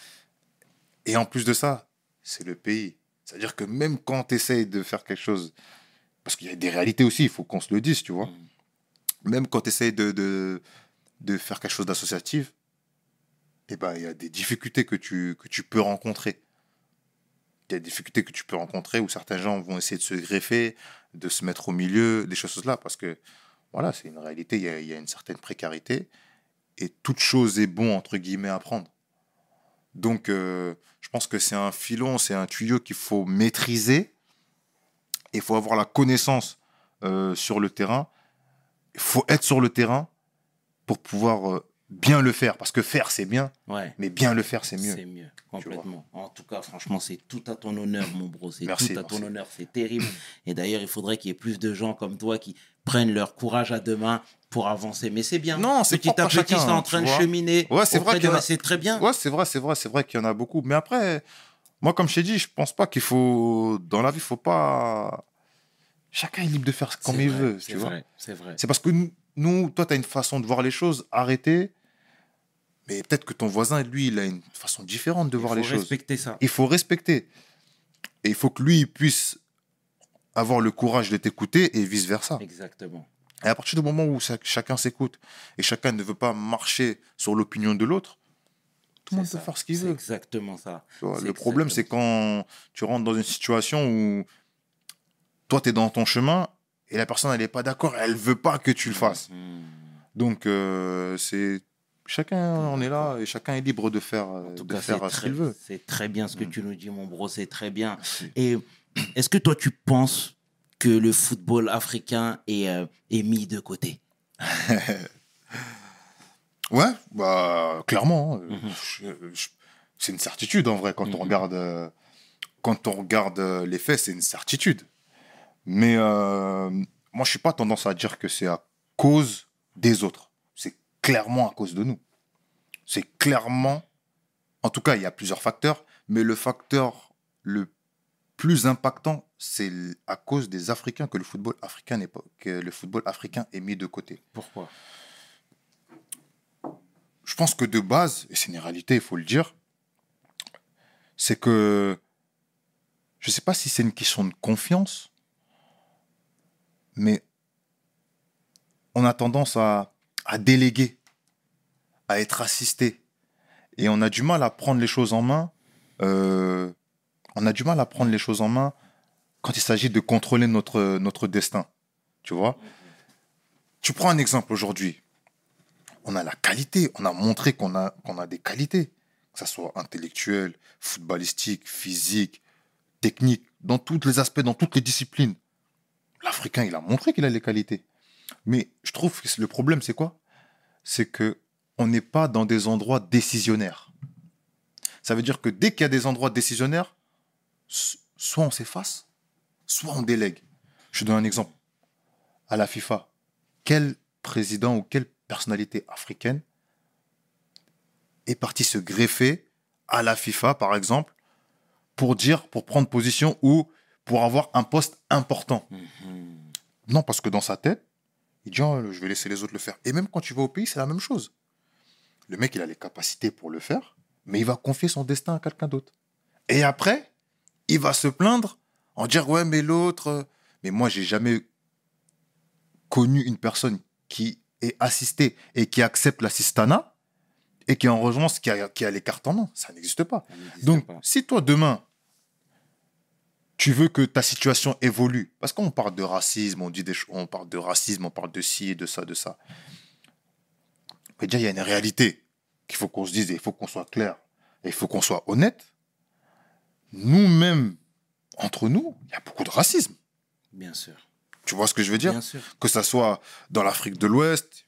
Et en plus de ça, c'est le pays. C'est-à-dire que même quand tu essayes de faire quelque chose, parce qu'il y a des réalités aussi, il faut qu'on se le dise, tu vois. Mhm. Même quand tu essayes de, de, de faire quelque chose d'associatif, eh ben, il y a des difficultés que tu, que tu peux rencontrer. Il y a des difficultés que tu peux rencontrer où certains gens vont essayer de se greffer, de se mettre au milieu, des choses là, parce que voilà, c'est une réalité, il y a, il y a une certaine précarité et toute chose est bon, entre guillemets, à prendre. Donc, euh, je pense que c'est un filon, c'est un tuyau qu'il faut maîtriser et il faut avoir la connaissance euh, sur le terrain. Il faut être sur le terrain pour pouvoir euh, bien le faire, parce que faire, c'est bien, Ouais. mais bien le faire, c'est mieux. C'est mieux, complètement. En tout cas, franchement, c'est tout à ton honneur, mon bro. C'est Merci, tout à ton merci. honneur. C'est terrible. Et d'ailleurs, il faudrait qu'il y ait plus de gens comme toi qui prennent leur courage à deux mains pour avancer. Mais c'est bien. Non, c'est petit à propre à petit, chacun, c'est en tu train de vois. cheminer. Ouais, c'est auprès vrai qu'il y de- en a- C'est très bien. Ouais, c'est vrai, c'est vrai, c'est vrai qu'il y en a beaucoup. Mais après, moi, comme je t'ai dit, je pense pas qu'il faut. Dans la vie, il faut pas. Chacun est libre de faire comme C'est il vrai, veut, C'est tu vois. vrai, c'est vrai. C'est parce que nous- nous, toi, tu as une façon de voir les choses, arrêtez. Mais peut-être que ton voisin, lui, il a une façon différente de Il voir faut les choses. respecter ça. Il faut respecter. Et il faut que lui, il puisse avoir le courage de t'écouter et vice-versa. Exactement. Et à partir du moment où ça- chacun s'écoute et chacun ne veut pas marcher sur l'opinion de l'autre, tout le monde C'est peut ça. faire ce qu'il C'est veut. exactement ça. Tu vois, C'est le problème, c'est quand tu rentres dans une situation où toi, tu es dans ton chemin et la personne, elle n'est pas d'accord, elle veut pas que tu le fasses. Hmm. Donc, euh, c'est chacun, on est là et chacun est libre de faire, En tout de cas, c'est faire ce très, qu'il veut. c'est très bien ce que Mm. tu nous dis, mon bro. C'est très bien. Merci. Et est-ce que toi, tu penses que le football africain est, euh, est mis de côté? Ouais, bah, clairement. hein. Mhm. Je- je- c'est une certitude en vrai quand on Mhm. regarde, euh, quand on regarde euh, les faits, c'est une certitude. Mais euh, moi, je suis pas tendance à dire que c'est à cause des autres. C'est clairement à cause de nous. C'est clairement, en tout cas, il y a plusieurs facteurs, mais le facteur le plus impactant, c'est l- à cause des Africains que le football africain n'est pas, que le football africain est mis de côté. Pourquoi? Je pense que de base, et c'est une réalité, il faut le dire, c'est que je ne sais pas si c'est une question de confiance, mais on a tendance à, à déléguer, à être assisté, et on a du mal à prendre les choses en main. euh, on a du mal à prendre les choses en main quand il s'agit de contrôler notre, notre destin. Tu vois? Tu prends un exemple aujourd'hui. On a la qualité, on a montré qu'on a, qu'on a des qualités, que ce soit intellectuel, footballistique, physique, technique, dans tous les aspects, dans toutes les disciplines. L'Africain, il a montré qu'il a les qualités. Mais je trouve que le problème, c'est quoi? C'est que on n'est pas dans des endroits décisionnaires. Ça veut dire que dès qu'il y a des endroits décisionnaires, s- soit on s'efface, soit on délègue. Je te donne un exemple. À la FIFA, quel président ou quelle personnalité africaine est parti se greffer à la FIFA, par exemple, pour dire, pour prendre position ou pour avoir un poste important? Mhm. Non, parce que dans sa tête, il dit, oh, je vais laisser les autres le faire. Et même quand tu vas au pays, c'est la même chose. Le mec, il a les capacités pour le faire, mais il va confier son destin à quelqu'un d'autre. Et après, il va se plaindre en dire, ouais, mais l'autre... euh, Mais moi, j'ai jamais connu une personne qui est assistée et qui accepte l'assistanat et qui en revanche qui a, qui a les cartes en main. Ça n'existe pas. Ça n'existe Donc, pas. si toi, demain, tu veux que ta situation évolue, parce qu'on parle de racisme, on dit des, ch- on parle de racisme, on parle de ci, de ça, de ça. Mais déjà, il y a une réalité qu'il faut qu'on se dise et il faut qu'on soit clair et il faut qu'on soit honnête. Nous-mêmes, entre nous, il y a beaucoup de racisme. Bien sûr. Tu vois ce que je veux dire? Bien sûr. Que ça soit dans l'Afrique de l'Ouest,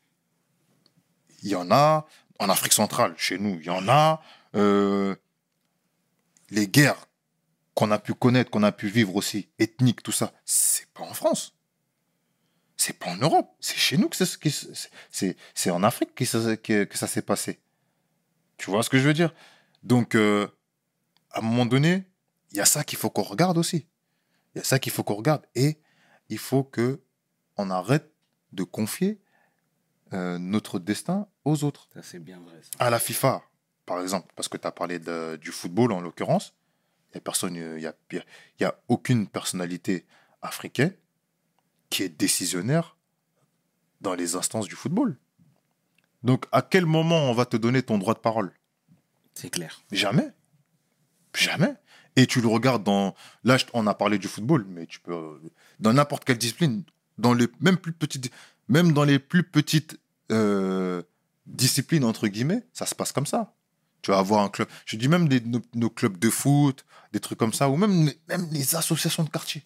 il y en a. En Afrique centrale, chez nous, il y en a. Euh, les guerres qu'on a pu connaître, qu'on a pu vivre aussi, ethniques, tout ça, c'est pas en France. C'est pas en Europe. C'est chez nous que c'est, que c'est, c'est, c'est en Afrique que ça, que, que ça s'est passé. Tu vois ce que je veux dire? Donc, euh, à un moment donné, il y a ça qu'il faut qu'on regarde aussi. Il y a ça qu'il faut qu'on regarde. Et il faut que on arrête de confier euh, notre destin aux autres. Ça, c'est bien vrai. Ça. À la FIFA, par exemple, parce que tu as parlé de- du football en l'occurrence, il n'y a, personne, il y a, il y a aucune personnalité africaine qui est décisionnaire dans les instances du football. Donc, à quel moment on va te donner ton droit de parole? C'est clair. Jamais. Jamais. Et tu le regardes dans... Là, je- on a parlé du football, mais tu peux... euh, Dans n'importe quelle discipline, dans les même plus petites, même dans les plus petites euh, disciplines, entre guillemets, ça se passe comme ça. Tu vas avoir un club... Je dis même des, nos, nos clubs de foot, des trucs comme ça, ou même, même les associations de quartier.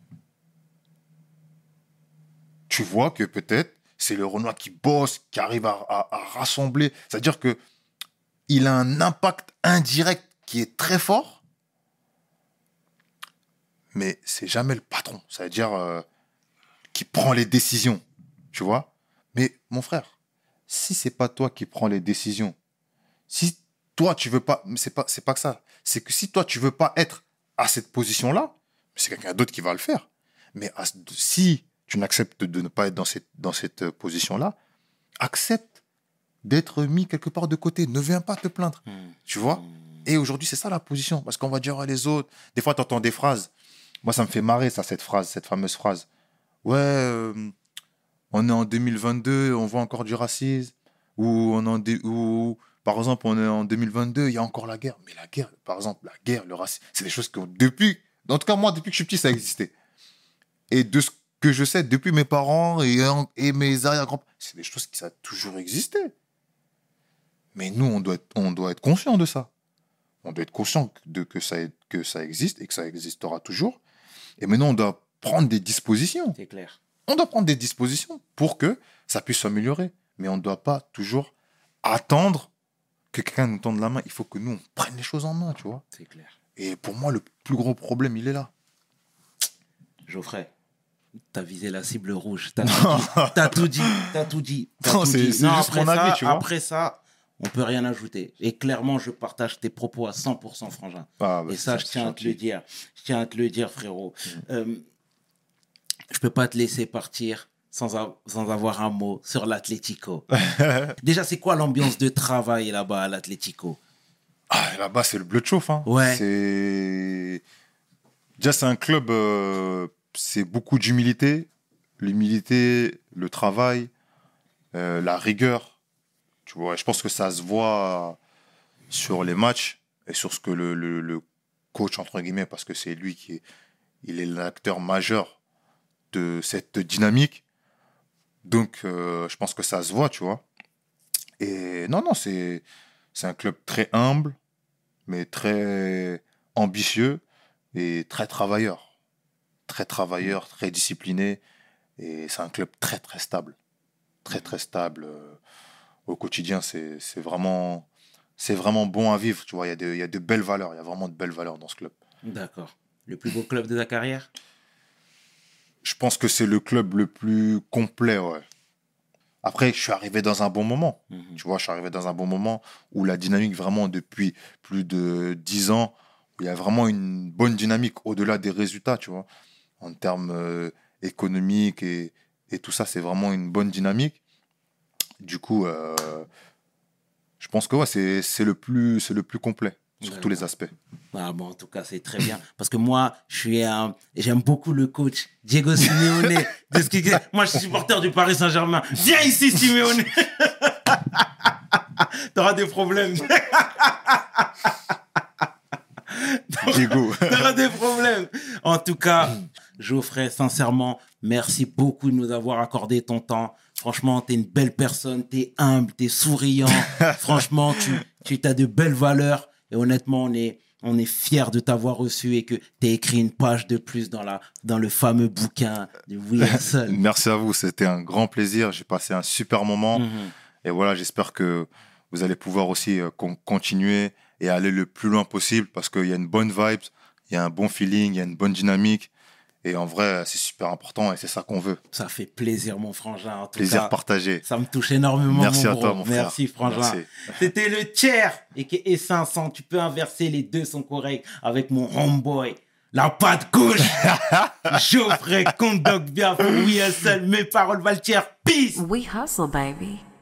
Tu vois que peut-être c'est le Renoir qui bosse, qui arrive à, à- à rassembler. C'est-à-dire que il a un impact indirect qui est très fort, mais c'est jamais le patron. C'est-à-dire euh, qui prend les décisions, tu vois. Mais mon frère, si c'est pas toi qui prends les décisions, si toi tu veux pas, mais c'est pas, c'est pas que ça. C'est que si toi tu veux pas être à cette position-là, c'est quelqu'un d'autre qui va le faire. Mais à- si tu n'acceptes de ne pas être dans cette, dans cette position-là, accepte d'être mis quelque part de côté. Ne viens pas te plaindre. Mmh. Tu vois? Et aujourd'hui, c'est ça la position. Parce qu'on va dire à les autres. Des fois, tu entends des phrases. Moi, ça me fait marrer, ça, cette phrase, cette fameuse phrase. Ouais, euh, on est en deux mille vingt-deux, on voit encore du racisme. Ou, on est en dé- ou, par exemple, on est en deux mille vingt-deux, il y a encore la guerre. Mais la guerre, par exemple, la guerre, le racisme, c'est des choses que depuis, en tout cas, moi, depuis que je suis petit, ça existait. Et de ce que je sais, depuis mes parents et, et mes arrière-grands-parents, c'est des choses qui ça a toujours existé. Mais nous, on doit être, on doit être conscient de ça. On doit être conscient de, que, ça, que ça existe et que ça existera toujours. Et maintenant, on doit prendre des dispositions. C'est clair. On doit prendre des dispositions pour que ça puisse s'améliorer. Mais on ne doit pas toujours attendre que quelqu'un nous tende la main. Il faut que nous, on prenne les choses en main, tu vois. C'est clair. Et pour moi, le plus gros problème, il est là. Geoffrey, t'as visé la cible rouge. T'as tout dit. T'as tout dit. T'as tout dit. T'as Non, tout c'est- dit. c'est juste après mon avis, ça, tu vois. Après ça, on peut rien ajouter. Et clairement, je partage tes propos à cent pour cent, Frangin. Ah, bah, Et ça, c'est je tiens à te gentil. le dire. Je tiens à te le dire, frérot. Euh, je peux pas te laisser partir sans, a- sans avoir un mot sur l'Atlético. Déjà, c'est quoi l'ambiance de travail là-bas à l'Atlético? Ah, là-bas, c'est le bleu de chauffe. Hein. Ouais. C'est... Déjà, c'est un club, euh, c'est beaucoup d'humilité. L'humilité, le travail, euh, la rigueur. Tu vois, je pense que ça se voit sur les matchs et sur ce que le, le, le coach, entre guillemets, parce que c'est lui qui est, il est l'acteur majeur de cette dynamique. Donc, euh, je pense que ça se voit, tu vois. Et non, non, c'est, c'est un club très humble, mais très ambitieux et très travailleur. Très travailleur, très discipliné. Et c'est un club très, très stable. Très, très stable. euh, Au quotidien, c'est, c'est, vraiment, c'est vraiment bon à vivre. Tu vois, il y a de, il y a de belles valeurs. Il y a vraiment de belles valeurs dans ce club. D'accord. Le plus beau club de ta carrière? Je pense que c'est le club le plus complet, ouais. Après, je suis arrivé dans un bon moment. Mhm. Tu vois, je suis arrivé dans un bon moment où la dynamique, vraiment, depuis plus de dix ans, où il y a vraiment une bonne dynamique au-delà des résultats, tu vois. En termes euh, économiques et, et tout ça, c'est vraiment une bonne dynamique. Du coup, euh, je pense que ouais, c'est, c'est, le plus, c'est le plus complet sur D'accord. tous les aspects. Ah bon, en tout cas, c'est très bien. Parce que moi, je suis un... j'aime beaucoup le coach Diego Simeone. De ce qu'il- Moi, je suis supporter du Paris Saint-Germain. Viens ici, Simeone. T'auras des problèmes. Diego. T'auras des problèmes. En tout cas, Geoffrey, sincèrement, merci beaucoup de nous avoir accordé ton temps. Franchement, t'es une belle personne, t'es humble, t'es souriant. Franchement, tu, tu as de belles valeurs. Et honnêtement, on est, on est fiers de t'avoir reçu et que t'aies écrit une page de plus dans, la, dans le fameux bouquin de Wilson. Merci à vous, c'était un grand plaisir. J'ai passé un super moment. Mhm. Et voilà, j'espère que vous allez pouvoir aussi euh, con- continuer et aller le plus loin possible parce qu'il y a une bonne vibe, il y a un bon feeling, il y a une bonne dynamique. Et en vrai, c'est super important et c'est ça qu'on veut. Ça fait plaisir, mon frangin. En tout Plaisir cas, partagé. ça me touche énormément, Merci mon à gros. toi, mon frère. Merci, frangin. Merci. C'était le tiers et que et cinq cents. Tu peux inverser, les deux sont corrects avec mon homeboy. La patte gauche. Geoffrey, conduct bien pour Wilson. Mes paroles valent tiers. Peace. We hustle, baby.